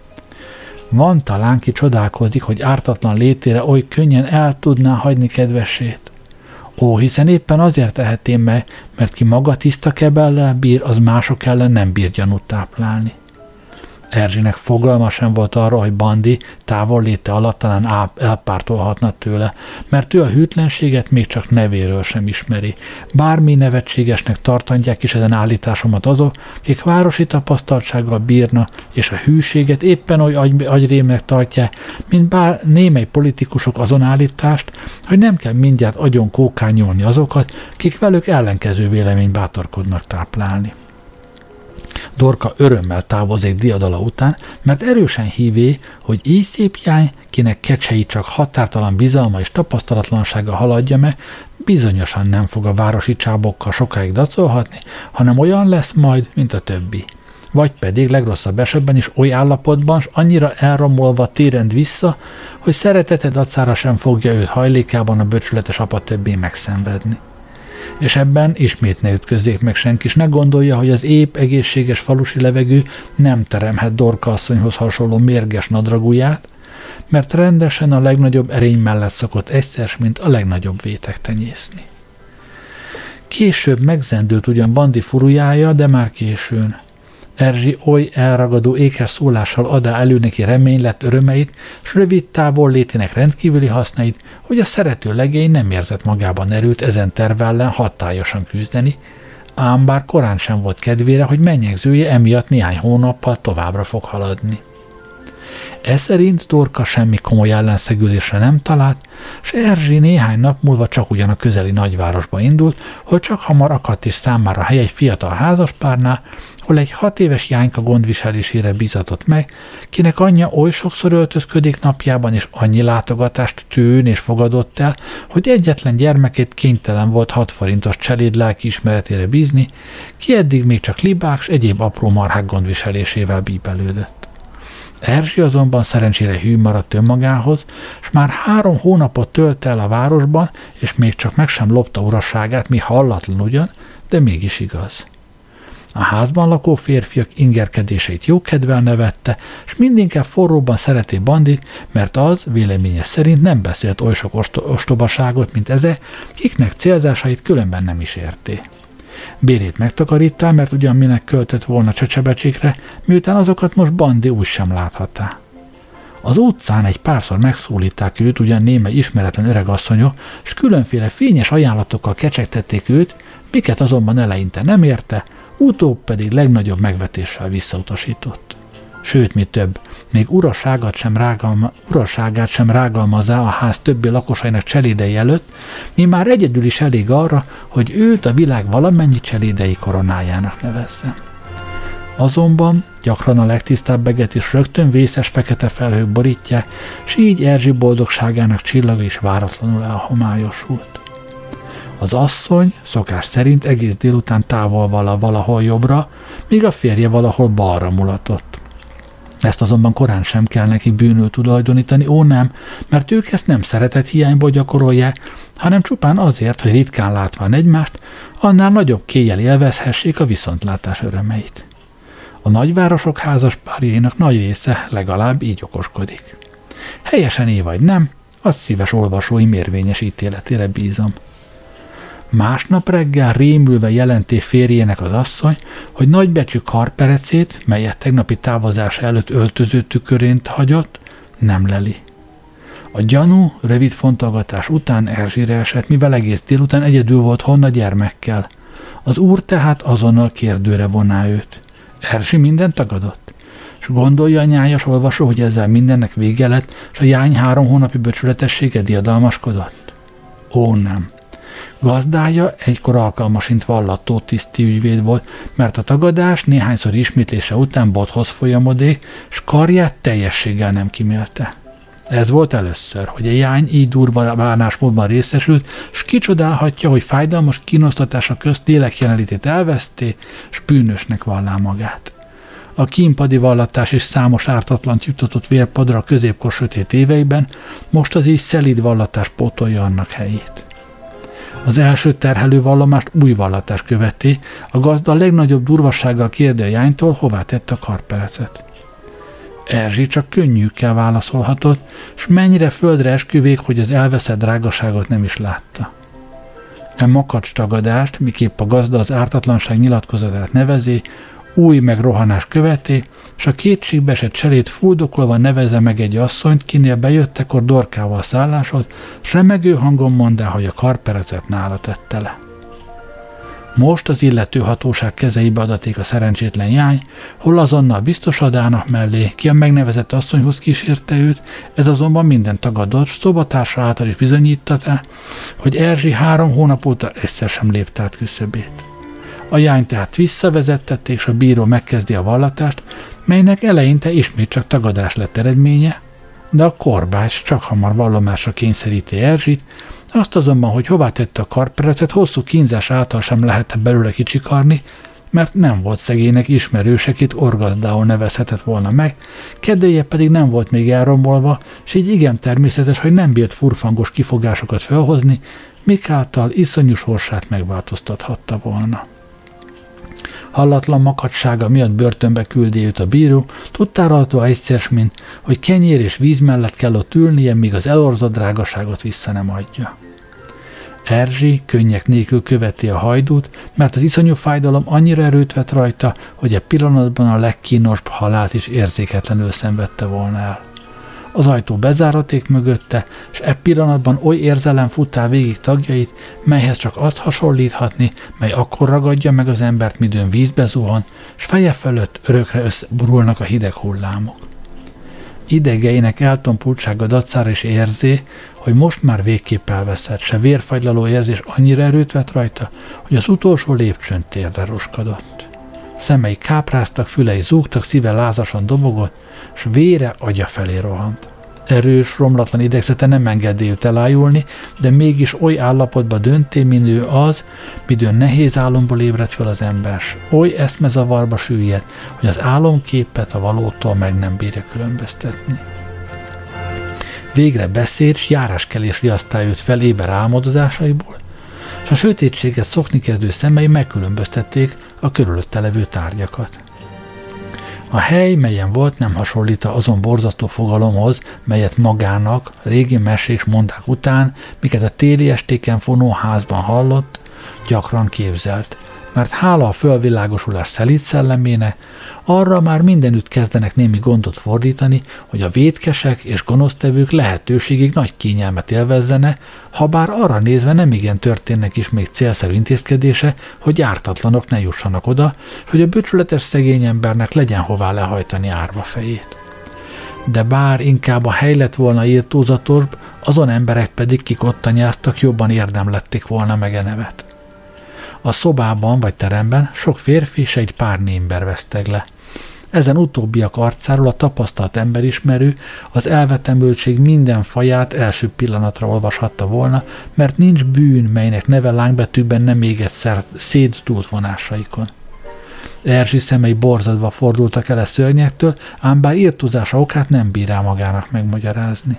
Van talán, ki csodálkozik, hogy ártatlan létére oly könnyen el tudná hagyni kedvesét. Ó, hiszen éppen azért tehetém meg, mert ki maga tiszta kebellel bír, az mások ellen nem bír gyanút táplálni. Erzsinek fogalma sem volt arra, hogy Bandi távol léte alatt talán elpártolhatna tőle, mert ő a hűtlenséget még csak nevéről sem ismeri. Bármi nevetségesnek tartantják is ezen állításomat azok, akik városi tapasztaltsággal bírnak, és a hűséget éppen oly agyrémnek tartják, mint bár némely politikusok azon állítást, hogy nem kell mindjárt agyon kókányolni azokat, akik velük ellenkező véleményt bátorkodnak táplálni. Dorka örömmel távozik diadala után, mert erősen hívé, hogy így szép jány, kinek kecsei csak határtalan bizalma és tapasztalatlansága haladja meg, bizonyosan nem fog a városi csábokkal sokáig dacolhatni, hanem olyan lesz majd, mint a többi. Vagy pedig legrosszabb esetben is oly állapotban, s annyira elromolva térend vissza, hogy szeretete dacára sem fogja őt hajlékában a becsületes apa többé megszenvedni. És ebben ismét ne ütközzék meg senki, s ne gondolja, hogy az épp egészséges falusi levegő nem teremhet Dorka asszonyhoz hasonló mérges nadraguját, mert rendesen a legnagyobb erény mellett szokott egyszer, mint a legnagyobb vétek tenyészni. Később megzendült ugyan Bandi furujája, de már későn. Erzsi oly elragadó ékes szólással adá elő neki reménylett örömeit, s rövid távol létének rendkívüli hasznait, hogy a szerető legény nem érzett magában erőt ezen terv ellen hatályosan küzdeni, ám bár korán sem volt kedvére, hogy mennyegzője emiatt néhány hónappal továbbra fog haladni. Ez szerint Dorka semmi komoly ellenszegülésre nem talált, s Erzsi néhány nap múlva csak ugyan a közeli nagyvárosba indult, hogy csak hamar akadt is számára hely egy fiatal házaspárnál, hol egy 6 éves Jányka gondviselésére bizatott meg, kinek anyja oly sokszor öltözködik napjában, és annyi látogatást tűn és fogadott el, hogy egyetlen gyermekét kénytelen volt 6 forintos cseléd lelkiismeretére bízni, ki eddig még csak libák s egyéb apró marhák gondviselésével bíbelődött. Erzsi azonban szerencsére hű maradt önmagához, s már 3 hónapot tölt el a városban, és még csak meg sem lopta uraságát, mi hallatlan ugyan, de mégis igaz. A házban lakó férfiak ingerkedéseit jókedvel nevette, s mindinkább forróban szereti Bandit, mert az véleménye szerint nem beszélt oly sok ostobaságot, mint ezek, kiknek célzásait különben nem is érté. Bérét megtakarítál, mert ugyan minek költött volna csecsebecsékre, miután azokat most Bandi úgy sem láthatta. Az utcán egy párszor megszólítták őt ugyan némely ismeretlen öregasszonyok, s különféle fényes ajánlatokkal kecsegtették őt, miket azonban eleinte nem érte, utóbb pedig legnagyobb megvetéssel visszautasított. Sőt, mi több, még uraságát sem rágalmazá a ház többi lakosainak cselédei előtt, mi már egyedül is elég arra, hogy őt a világ valamennyi cselédei koronájának nevezze. Azonban gyakran a legtisztábbeget is rögtön vészes fekete felhők borítják, s így Erzsi boldogságának csillaga is váratlanul elhomályosult. Az asszony szokás szerint egész délután távol valahol jobbra, míg a férje valahol balra mulatott. Ezt azonban korán sem kell neki bűnül tulajdonítani, ó nem, mert ők ezt nem szeretett hiányból gyakorolják, hanem csupán azért, hogy ritkán látván egymást, annál nagyobb kéjjel élvezhessék a viszontlátás örömeit. A nagyvárosok házaspárjainak nagy része legalább így okoskodik. Helyesen é vagy nem, az szíves olvasói érvényes ítéletére bízom. Másnap reggel rémülve jelenté férjének az asszony, hogy nagybecsű karperecét, melyet tegnapi távozása előtt öltöző tükörént hagyott, nem leli. A gyanú rövid fontolgatás után Erzsire esett, mivel egész délután egyedül volt honna gyermekkel. Az úr tehát azonnal kérdőre voná őt. Erzsi mindent tagadott? És gondolja a nyájas olvasó, hogy ezzel mindennek vége lett, és a jány 3 hónapi becsületessége diadalmaskodott? Ó, nem. Gazdája egykor alkalmasint vallató tiszti ügyvéd volt, mert a tagadás néhányszor ismétlése után bothoz folyamodék, s karját teljességgel nem kimélte. Ez volt először, hogy a jány így durva bánásmódban részesült, s kicsodálhatja, hogy fájdalmas kínosztatása közt lélekjelenlétét elveszté, s bűnösnek vallá magát. A kínpadi vallatás és számos ártatlant juttatott vérpadra a középkor sötét éveiben, most az így szelíd vallatás pótolja annak helyét. Az első terhelő vallomást új vallatás követi, a gazda a legnagyobb durvassággal kérde a jánytól, hová tette a karperecet. Erzsi csak könnyűkkel válaszolhatott, s mennyire földre esküvék, hogy az elveszett drágaságot nem is látta. E makacs tagadást, miképp a gazda az ártatlanság nyilatkozatát nevezi, új megrohanás követi, s a kétségbeesett cselét fuldokolva neveze meg egy asszonyt, kinél bejöttekor dorkával szállásolt, s remegő hangon mondá, hogy a karperecet nála tette le. Most az illető hatóság kezeibe adaték a szerencsétlen jány, hol azonnal biztos adának mellé, ki a megnevezett asszonyhoz kísérte őt, ez azonban minden tagadott, s szobatársa által is bizonyítatta, hogy Erzsi 3 hónap óta egyszer sem lépte át küszöbét. A jány tehát visszavezettették, és a bíró megkezdi a vallatást, melynek eleinte ismét csak tagadás lett eredménye, de a korbács csak hamar vallomásra kényszeríti Erzsit, azt azonban, hogy hová tette a karperecet, hosszú kínzás által sem lehetett belőle kicsikarni, mert nem volt szegénynek ismerőse, akit orgazdául nevezhetett volna meg, kedélye pedig nem volt még elromolva, és így igen természetes, hogy nem bírt furfangos kifogásokat felhozni, mikáltal iszonyú sorsát megváltoztathatta volna. Hallatlan makacsága miatt börtönbe küldi őt a bíró, tudtáraltva egyszer, mint hogy kenyér és víz mellett kell ott ülnie, míg az elorzott drágaságot vissza nem adja. Erzsi könnyek nélkül követi a hajdút, mert az iszonyú fájdalom annyira erőt vett rajta, hogy a pillanatban a legkínosabb halált is érzéketlenül szenvedte volna el. Az ajtó bezáraték mögötte, és e pillanatban oly érzelem futál végig tagjait, melyhez csak azt hasonlíthatni, mely akkor ragadja meg az embert, midőn vízbe zuhan, s feje fölött örökre összeborulnak a hideg hullámok. Idegeinek eltompultsága dacára is érzi, hogy most már végképp elveszett, se vérfagylaló érzés annyira erőt vett rajta, hogy az utolsó lépcsőn térdre roskadott. Szemei kápráztak, fülei zúgtak, szíve lázasan dobogott, s vére agya felé rohant. Erős, romlatlan idegzete nem engedi őt elájulni, de mégis oly állapotba dönté, mint ő az, midőn nehéz álomból ébredt fel az ember, s oly eszmezavarba süllyed, hogy az álomképet a valótól meg nem bírja különböztetni. Végre beszéd, s járáskelés riasztál őt fel éber álmodozásaiból, és a sötétséget szokni kezdő szemei megkülönböztették a körülötte levő tárgyakat. A hely, melyen volt, nem hasonlít azon borzasztó fogalomhoz, melyet magának régi mesék mondák után, miket a téli estéken fonó házban hallott, gyakran képzelt, mert hála a fölvilágosulás szelíd szellemének, arra már mindenütt kezdenek némi gondot fordítani, hogy a vétkesek és gonosztevők lehetőségig nagy kényelmet élvezzene, ha bár arra nézve nemigen történnek is még célszerű intézkedése, hogy ártatlanok ne jussanak oda, hogy a böcsületes szegény embernek legyen hová lehajtani árva fejét. De bár inkább a hely lett volna írtózatosbb, azon emberek pedig, kik ott tanyáztak, jobban érdemlették volna meg a nevet. A szobában vagy teremben sok férfi és egy pár némber veszteg le. Ezen utóbbiak arcáról a tapasztalt emberismerő az elvetemültség minden faját első pillanatra olvashatta volna, mert nincs bűn, melynek neve lángbetűkben nem még egyszer szétdúlt vonásaikon. Erzsi szemei borzadva fordultak el a szörnyektől, ám bár irtózása okát nem bírál magának megmagyarázni.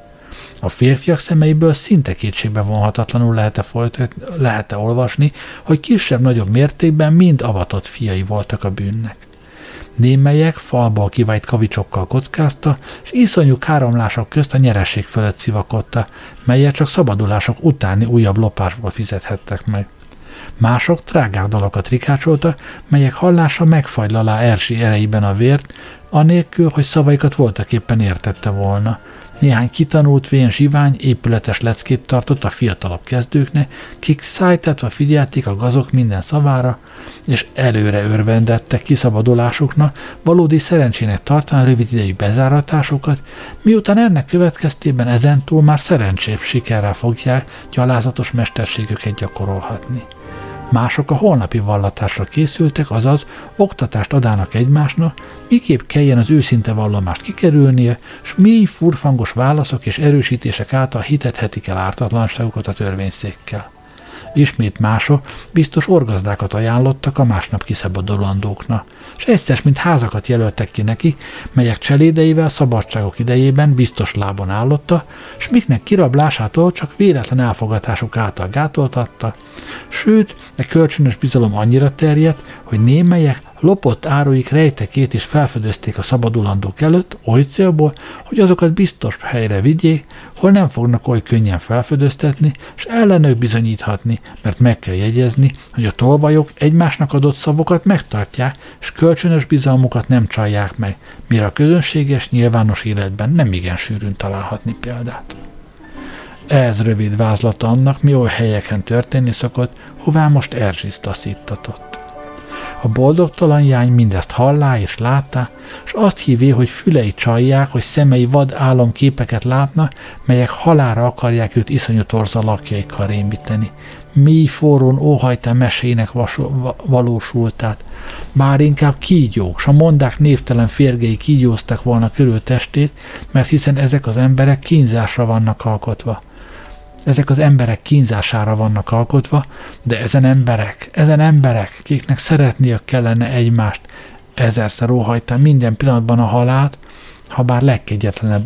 A férfiak szemeiből szinte kétségbe vonhatatlanul lehet-e olvasni, hogy kisebb-nagyobb mértékben mind avatott fiai voltak a bűnnek. Némelyek falból kivájt kavicsokkal kockázta, és iszonyú káromlások közt a nyereség fölött szivakodta, melyet csak szabadulások utáni újabb lopásból fizethettek meg. Mások trágár dalokat rikácsolta, melyek hallása megfajlalá Erzsi erejében a vért, anélkül, hogy szavaikat voltaképpen értette volna. Néhány kitanult, vén zsivány, épületes leckét tartott a fiatalabb kezdőknek, kik szájtátva figyelték a gazok minden szavára, és előre örvendettek kiszabadulásuknak, valódi szerencsének tartani rövid idejű bezáratásukat, miután ennek következtében ezentúl már szerencsés sikerrel fogják gyalázatos mesterségüket gyakorolhatni. Mások a holnapi vallatásra készültek, azaz oktatást adának egymásnak, miképp kelljen az őszinte vallomást kikerülnie, s mély furfangos válaszok és erősítések által hitethetik el ártatlanságukat a törvényszékkel. Ismét mások biztos orgazdákat ajánlottak a másnap kiszabadulandóknak, s egyszer mint házakat jelöltek ki neki, melyek cselédeivel szabadságok idejében biztos lábon állotta, s miknek kirablásától csak véletlen elfogatásuk által gátoltatta, sőt, egy kölcsönös bizalom annyira terjedt, hogy némelyek lopott áruik rejtekét is felfedezték a szabadulandók előtt, oly célból, hogy azokat biztos helyre vigyék, hol nem fognak oly könnyen felfedeztetni, és ellenük bizonyíthatni, mert meg kell jegyezni, hogy a tolvajok egymásnak adott szavokat megtartják, és kölcsönös bizalmukat nem csalják meg, mire a közönséges, nyilvános életben nem igen sűrűn találhatni példát. Ez rövid vázlata annak, mi oly helyeken történni szokott, hová most Erzsi taszítatott. A boldogtalan jány mindezt hallá és láttá, és azt hívé, hogy fülei csalják, hogy szemei vad álomképeket látnak, melyek halálra akarják őt iszonyú torzalakjaikkal rémíteni. Mély forrón óhajtán meséinek valósultát. Bár inkább kígyók, s a mondák névtelen férgei kígyóztak volna körül testét, mert hiszen ezek az emberek kínzásra vannak alkotva. Ezek az emberek kínzására vannak alkotva, de ezen emberek, kiknek szeretniük kellene egymást, ezerszer óhajtán minden pillanatban a halált, ha bár legkegyetlenebb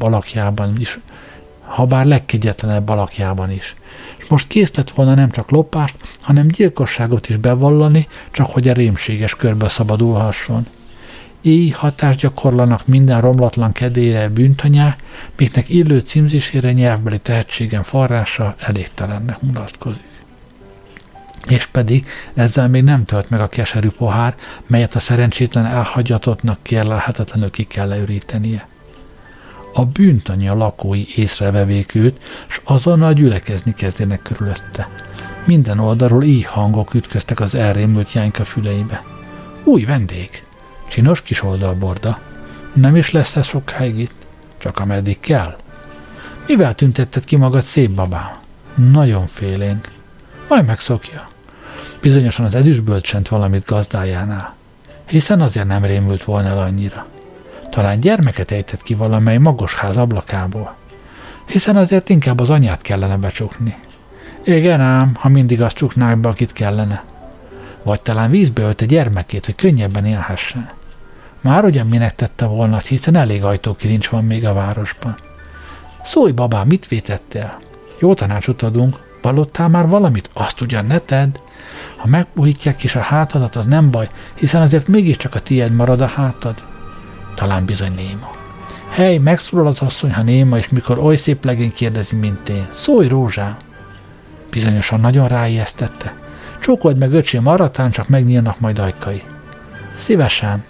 alakjában is. És most kész lett volna nem csak lopást, hanem gyilkosságot is bevallani, csak hogy a rémséges körből szabadulhasson. Így hatást gyakorlanak minden romlatlan kedélyre bűntanyák, miknek illő címzésére nyelvbeli tehetségem forrása elégtelennek mutatkozik. És pedig ezzel még nem tölt meg a keserű pohár, melyet a szerencsétlen elhagyatottnak kérlelhetetlenül ki kell leürítenie. A bűntanya lakói észrevevék őt, s azonnal gyülekezni kezdenek körülötte. Minden oldalról így hangok ütköztek az elrémült jányka füleibe. Új vendég! Csinos kis oldalborda. Nem is lesz ez sokáig itt? Csak ameddig kell. Mivel tüntetted ki magad, szép babám? Nagyon félénk. Majd megszokja. Bizonyosan az ezüstből csent valamit gazdájánál. Hiszen azért nem rémült volna el annyira. Talán gyermeket ejtett ki valamely magos ház ablakából. Hiszen azért inkább az anyát kellene becsukni. Igen ám, ha mindig azt csuknák be, akit kellene. Vagy talán vízbe ölte gyermekét, hogy könnyebben élhessen. Már ugyan minek tette volna, hiszen elég ajtókilincs van még a városban. Szólj, babám, mit vétettél? Jó tanácsot adunk, vallottál már valamit? Azt ugyan ne tedd. Ha megpuhítják is a hátadat, az nem baj, hiszen azért mégiscsak a tiéd marad a hátad. Talán bizony néma. Hely, megszólal az asszony, ha néma, és mikor oly szép legény kérdezi, mint én. Szólj, rózsám! Bizonyosan nagyon ráijesztette. Csókold meg, öcsém, arratán csak megnyílnak majd ajkai. Szívesen.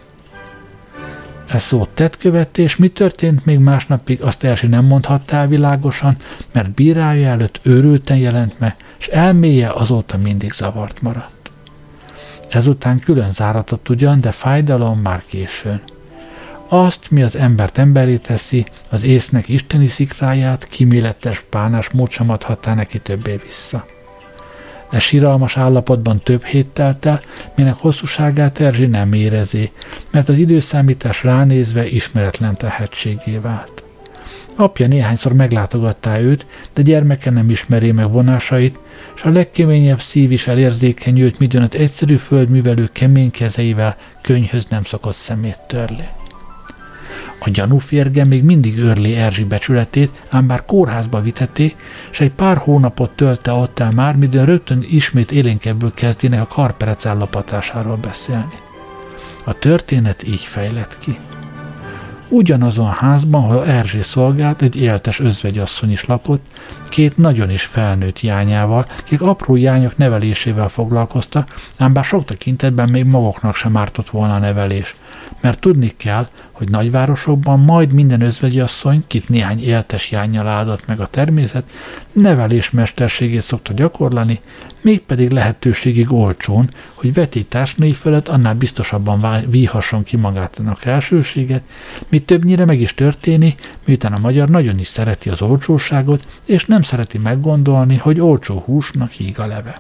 Ez szót tett követte, és mi történt még másnapig, azt Erzsi nem mondhatta el világosan, mert bírája előtt őrülten jelent meg, s elméje azóta mindig zavart maradt. Ezután külön záratott ugyan, de fájdalom már későn. Azt, mi az embert emberé teszi, az észnek isteni szikráját, kíméletes bánás mód sem adhattá neki többé vissza. E siralmas állapotban több hét telt el, minek hosszúságát Erzsi nem érezi, mert az időszámítás ránézve ismeretlen tehetségé vált. Apja néhányszor meglátogattá őt, de gyermeke nem ismeri meg vonásait, és a legkeményebb szív is elérzékenyült, midőn az egyszerű földművelő kemény kezeivel könnyhöz nem szokott szemét törli. A gyanú férge még mindig őrli Erzsi becsületét, ám bár kórházba vitették, és egy pár hónapot tölte ott el már, midőn rögtön ismét élénkebből kezdének a karperec ellopatásáról beszélni. A történet így fejlett ki. Ugyanazon házban, ahol Erzsi szolgált, egy éltes özvegyasszony is lakott, két nagyon is felnőtt jányával, akik apró jányok nevelésével foglalkoztak, ám bár sok tekintetben még maguknak sem ártott volna a nevelés. Mert tudni kell, hogy nagyvárosokban majd minden özvegyasszony, kit néhány éltes jánnyal áldott meg a természet, nevelésmesterségét szokta gyakorlani, mégpedig lehetőségig olcsón, hogy vetélytársnői fölött annál biztosabban víhasson ki magának elsőséget, mi többnyire meg is történik, miután a magyar nagyon is szereti az olcsóságot, és nem szereti meggondolni, hogy olcsó húsnak híg a leve.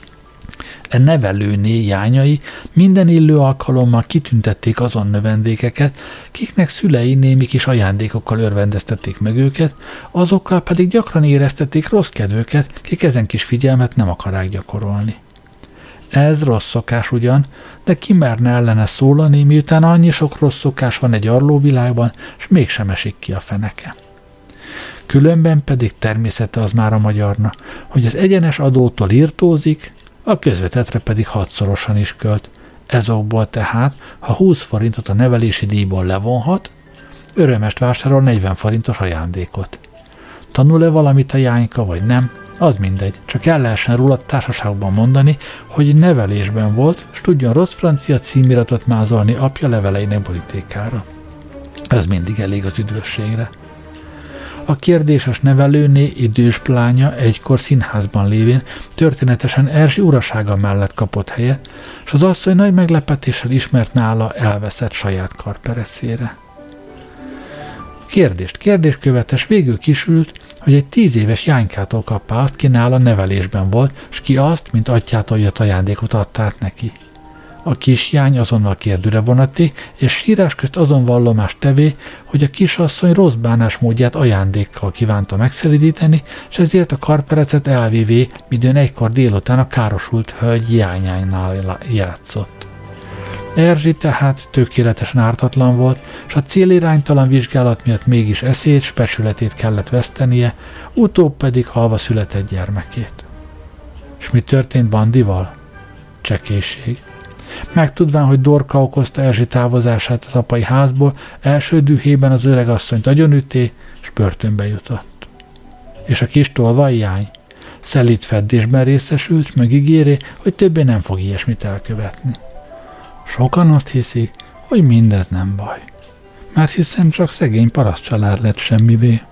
E nevelőné jányai minden illő alkalommal kitüntették azon növendékeket, kiknek szülei némi kis ajándékokkal örvendeztették meg őket, azokkal pedig gyakran éreztették rossz kedvüket, kik ezen kis figyelmet nem akarák gyakorolni. Ez rossz szokás ugyan, de ki merne ellene szólani, miután annyi sok rossz szokás van egy arlóvilágban, s mégsem esik ki a feneke. Különben pedig természete az már a magyarna, hogy az egyenes adótól irtózik, a közvetetre pedig 6-szorosan is költ. Ezokból tehát, ha 20 forintot a nevelési díjból levonhat, örömest vásárol 40 forintos ajándékot. Tanul-e valamit a jányka, vagy nem? Az mindegy, csak el lehessen róla társaságban mondani, hogy nevelésben volt, s tudjon rossz francia címiratot mázolni apja leveleinek borítékára. Ez mindig elég az üdvösségre. A kérdéses nevelőné idős plánya egykor színházban lévén történetesen Erzsi urasága mellett kapott helyet, s az asszony nagy meglepetéssel ismert nála elveszett saját karperecére. Kérdés követes végül kisült, hogy egy 10 éves jánykától kapta azt, ki nála nevelésben volt, s ki azt, mint atyától jött ajándékot adta át neki. A kisjány azonnal kérdőre vonati, és sírás közt azon vallomást tevé, hogy a kisasszony rossz bánásmódját ajándékkal kívánta megszelidíteni, és ezért a karperecet elvivé, midőn egykor délután a károsult hölgy jányánál játszott. Erzsi tehát tökéletesen ártatlan volt, s a céliránytalan vizsgálat miatt mégis eszét, s becsületét kellett vesztenie, utóbb pedig halva született gyermekét. S mi történt Bandival? Csekélység. Megtudván, hogy Dorka okozta Erzsi távozását az apai házból, első dühében az öregasszonyt agyonüté, s börtönbe jutott. És a kis tolvajjány szelíd feddésben részesült, s megígéri, hogy többé nem fog ilyesmit elkövetni. Sokan azt hiszik, hogy mindez nem baj, mert hiszen csak szegény parasztcsalád lett semmivé.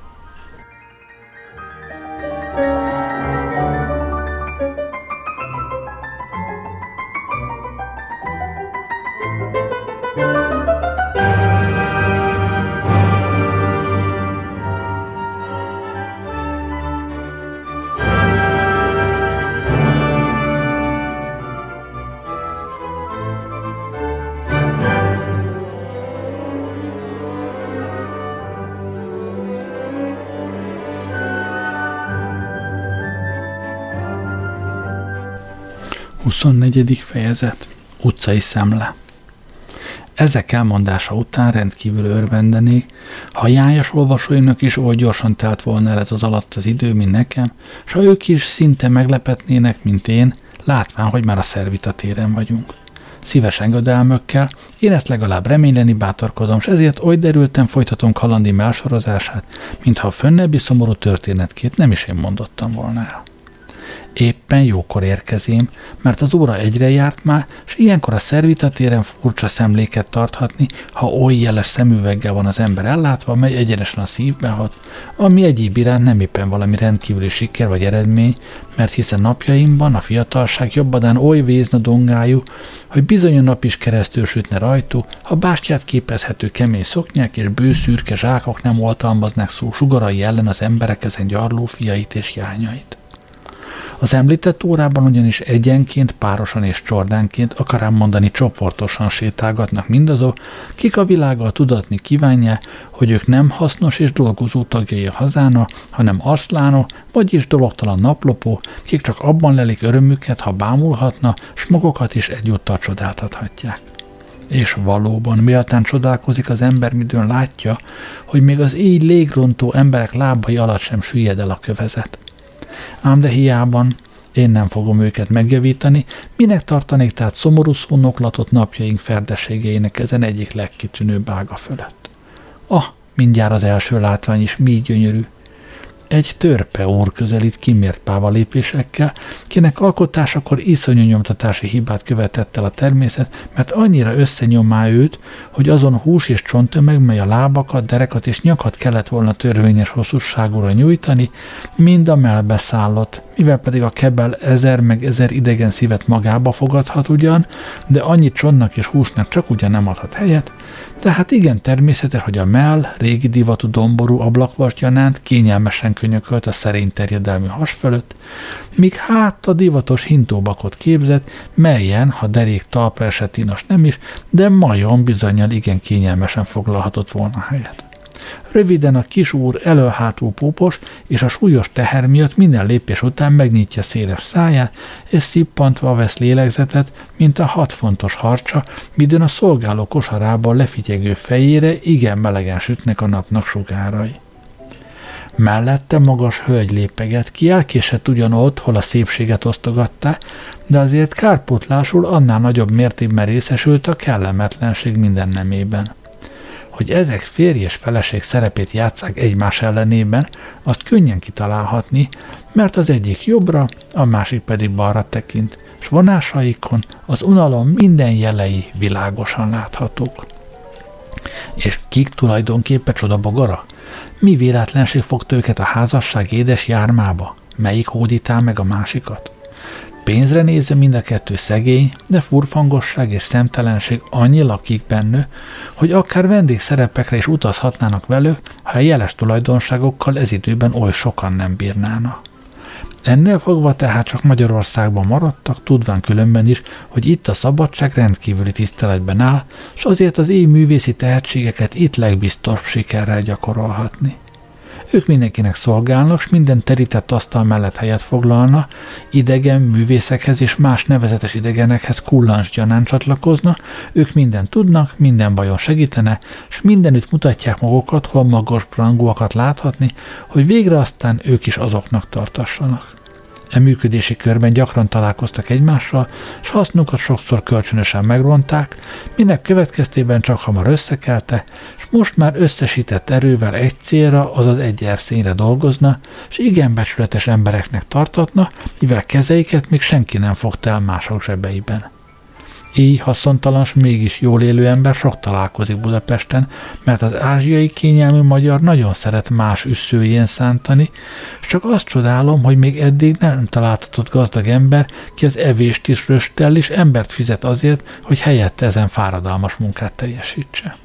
Huszonnegyedik fejezet. Utcai szemle. Ezek elmondása után rendkívül örvendenék, ha jájas olvasóimnak is oly gyorsan telt volna el ez az alatt az idő, mint nekem, s ha ők is szinte meglepetnének, mint én, látván, hogy már a Szervita téren vagyunk. Szíves engedelmökkel, én ezt legalább reményleni bátorkodom, s ezért oly derülten folytatom kalandim elsorozását, mintha a fönnebbi szomorú történetkét nem is én mondottam volna el. Éppen jókor érkezém, mert az óra egyre járt már, s ilyenkor a Szervita téren furcsa szemléket tarthatni, ha oly jeles szemüveggel van az ember ellátva, mely egyenesen a szívbe hat, ami egyéb iránt nem éppen valami rendkívüli siker vagy eredmény, mert hiszen napjaimban a fiatalság jobbadán oly vézna dongájú, hogy bizony a nap is keresztül sütne rajtuk, ha bástyát képezhető kemény szoknyák és bő szürke zsákok nem oltalmaznák szó sugarai ellen az emberek ezen gyarló fiait és jányait. Az említett órában ugyanis egyenként, párosan és csordánként, akarám mondani csoportosan sétálgatnak mindazok, kik a világgal tudatni kívánja, hogy ők nem hasznos és dolgozó tagjai a hazának, hanem arszlánok, vagyis dologtalan naplopó, kik csak abban lelik örömüket, ha bámulhatna, s magukat is egyúttal csodáltathatják. És valóban méltán csodálkozik az ember, midőn látja, hogy még az így légrontó emberek lábai alatt sem süllyed el a kövezet. Ám de hiában én nem fogom őket megjavítani, minek tartanék tehát szomorú szónoklatot napjaink ferdeségeinek ezen egyik legkitűnőbb ága fölött. Mindjárt az első látvány is mi gyönyörű. Egy törpe úr közelít kimért pávalépésekkel, kinek alkotásakor iszonyú nyomtatási hibát követett el a természet, mert annyira összenyomá őt, hogy azon hús és csonttömeg, mely a lábakat, derekat és nyakat kellett volna törvényes hosszúságúra nyújtani, mind a mellbe szállott, mivel pedig a kebel 1000 meg 1000 idegen szívet magába fogadhat ugyan, de annyit csontnak és húsnak csak ugyan nem adhat helyet, tehát igen természetes, hogy a mell régi divatú domború ablakvasgyanánt kényelmesen könyökölt a szerény terjedelmű has fölött, míg hát a divatos hintóbakot képzett, melyen, ha derék talpra esett inas nem is, de majon bizonnyal igen kényelmesen foglalhatott volna helyet. Röviden a kis úr elől-hátul pópos, és a súlyos teher miatt minden lépés után megnyitja széles száját, és szippantva vesz lélegzetet, mint a 6 fontos harcsa, midőn a szolgáló kosarában lefityegő fejére igen melegen sütnek a napnak sugárai. Mellette magas hölgy lépeget, ki elkésett ugyanott, hol a szépséget osztogatta, de azért kárpótlásul annál nagyobb mértékben részesült a kellemetlenség minden nemében. Hogy ezek férj és feleség szerepét játsszák egymás ellenében, azt könnyen kitalálhatni, mert az egyik jobbra, a másik pedig balra tekint, s vonásaikon az unalom minden jelei világosan láthatók. És kik tulajdonképpen csodabogara? Mi véletlenség fogta őket a házasság édes jármába? Melyik hódítál meg a másikat? Pénzre nézve mind a kettő szegény, de furfangosság és szemtelenség annyi lakik benne, hogy akár vendégszerepekre is utazhatnának velük, ha a jeles tulajdonságokkal ez időben oly sokan nem bírnának. Ennél fogva tehát csak Magyarországban maradtak, tudván különben is, hogy itt a szabadság rendkívüli tiszteletben áll, s azért az így művészi tehetségeket itt legbiztos sikerrel gyakorolhatni. Ők mindenkinek szolgálnak, s minden terített asztal mellett helyet foglalna, idegen művészekhez és más nevezetes idegenekhez kullancsgyanán csatlakozna, ők mindent tudnak, minden bajon segítene, s mindenütt mutatják magukat, hol magas rangúakat láthatni, hogy végre aztán ők is azoknak tartassanak. E működési körben gyakran találkoztak egymással, s hasznukat sokszor kölcsönösen megronták, minek következtében csak hamar összekelte, s most már összesített erővel egy célra, azaz egy erszényre dolgozna, s igen becsületes embereknek tartatna, mivel kezeiket még senki nem fogta el mások zsebeiben. Így haszontalan, s mégis jól élő ember sok találkozik Budapesten, mert az ázsiai kényelmű magyar nagyon szeret más üsszőjén szántani, és csak azt csodálom, hogy még eddig nem találtatott gazdag ember, ki az evést is röstel, és embert fizet azért, hogy helyette ezen fáradalmas munkát teljesítse.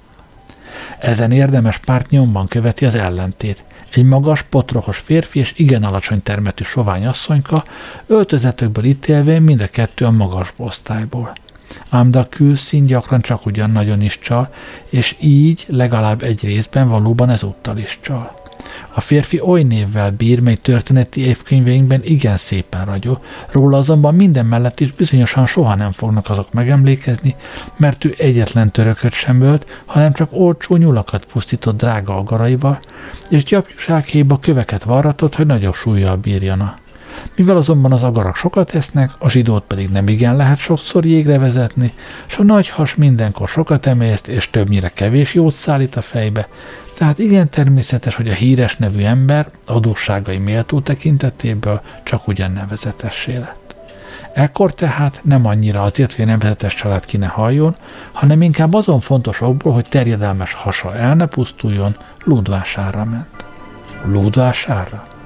Ezen érdemes párt nyomban követi az ellentét. Egy magas, potrohos férfi és igen alacsony termetű sovány asszonyka, öltözetekből ítélvén mind a kettő a magas osztályból. Ám de a külszín gyakran csak ugyan nagyon is csal, és így legalább egy részben valóban ezúttal is csal. A férfi oly névvel bír, mely történeti évkönyveinkben igen szépen ragyog, róla azonban minden mellett is bizonyosan soha nem fognak azok megemlékezni, mert ő egyetlen törököt sem ölt, hanem csak olcsó nyulakat pusztított drága agaraival, és gyapjúsághéjba köveket varratott, hogy nagyobb súllyal bírjana. Mivel azonban az agarak sokat esznek, a zsidót pedig nem igen lehet sokszor jégre vezetni, s a nagy has mindenkor sokat emészt, és többnyire kevés jót szállít a fejbe, tehát igen természetes, hogy a híres nevű ember adósságai méltó tekintetéből csak ugyan nevezetessé lett. Ekkor tehát nem annyira azért, hogy a nevezetes család ki ne halljon, hanem inkább azon fontos okból, hogy terjedelmes hasa el ne pusztuljon, lúdvásárra ment. Lúdvásárra?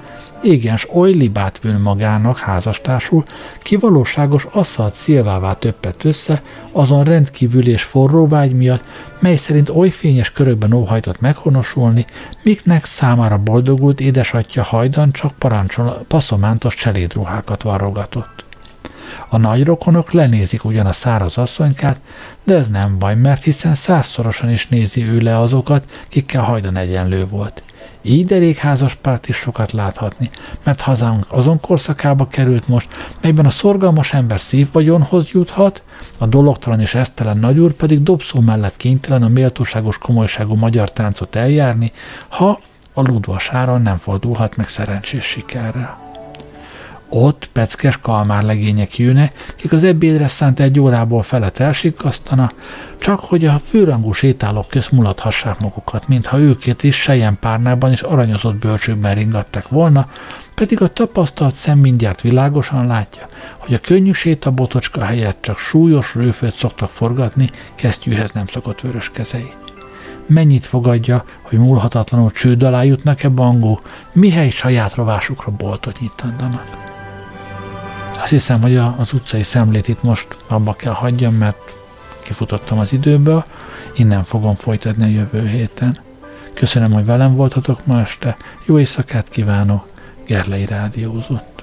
égens oly libát vőn magának házastársul, ki valóságos Assad Szilvává töppett össze, azon rendkívül és forró vágy miatt, mely szerint oly fényes körökben óhajtott meghonosulni, miknek számára boldogult édesatja hajdan csak passzomántos cselédruhákat varrogatott. A nagyrokonok lenézik ugyan a száraz asszonykát, de ez nem baj, mert hiszen 100-szorosan is nézi ő le azokat, kikkel hajdan egyenlő volt. Így derékházas párt is sokat láthatni, mert hazánk azon korszakába került most, melyben a szorgalmas ember szívvagyonhoz juthat, a dologtalan és esztelen nagyúr pedig dobszó mellett kénytelen a méltóságos komolyságú magyar táncot eljárni, ha a ludvasáron nem fordulhat meg szerencsés sikerrel. Ott peckes kalmár legények jönnek, kik az ebédre szánt 1 órából felet elsikasztana, csak hogy a főrangú sétálók közt mulathassák magukat, mintha őket is selyempárnában és aranyozott bölcsőkben ringatták volna, pedig a tapasztalt szem mindjárt világosan látja, hogy a könnyű sétabotocska helyett csak súlyos rőföt szoktak forgatni kesztyűhez nem szokott vörös kezei. Mennyit fogadja, hogy múlhatatlanul csőd alá jutnak-e bangók, mihely saját rovásukra boltot nyitandanak. Azt hiszem, hogy az utcai szemlét itt most abba kell hagyjam, mert kifutottam az időből, innen fogom folytatni a jövő héten. Köszönöm, hogy velem voltatok ma este, jó éjszakát kívánok, Gerlei rádiózott.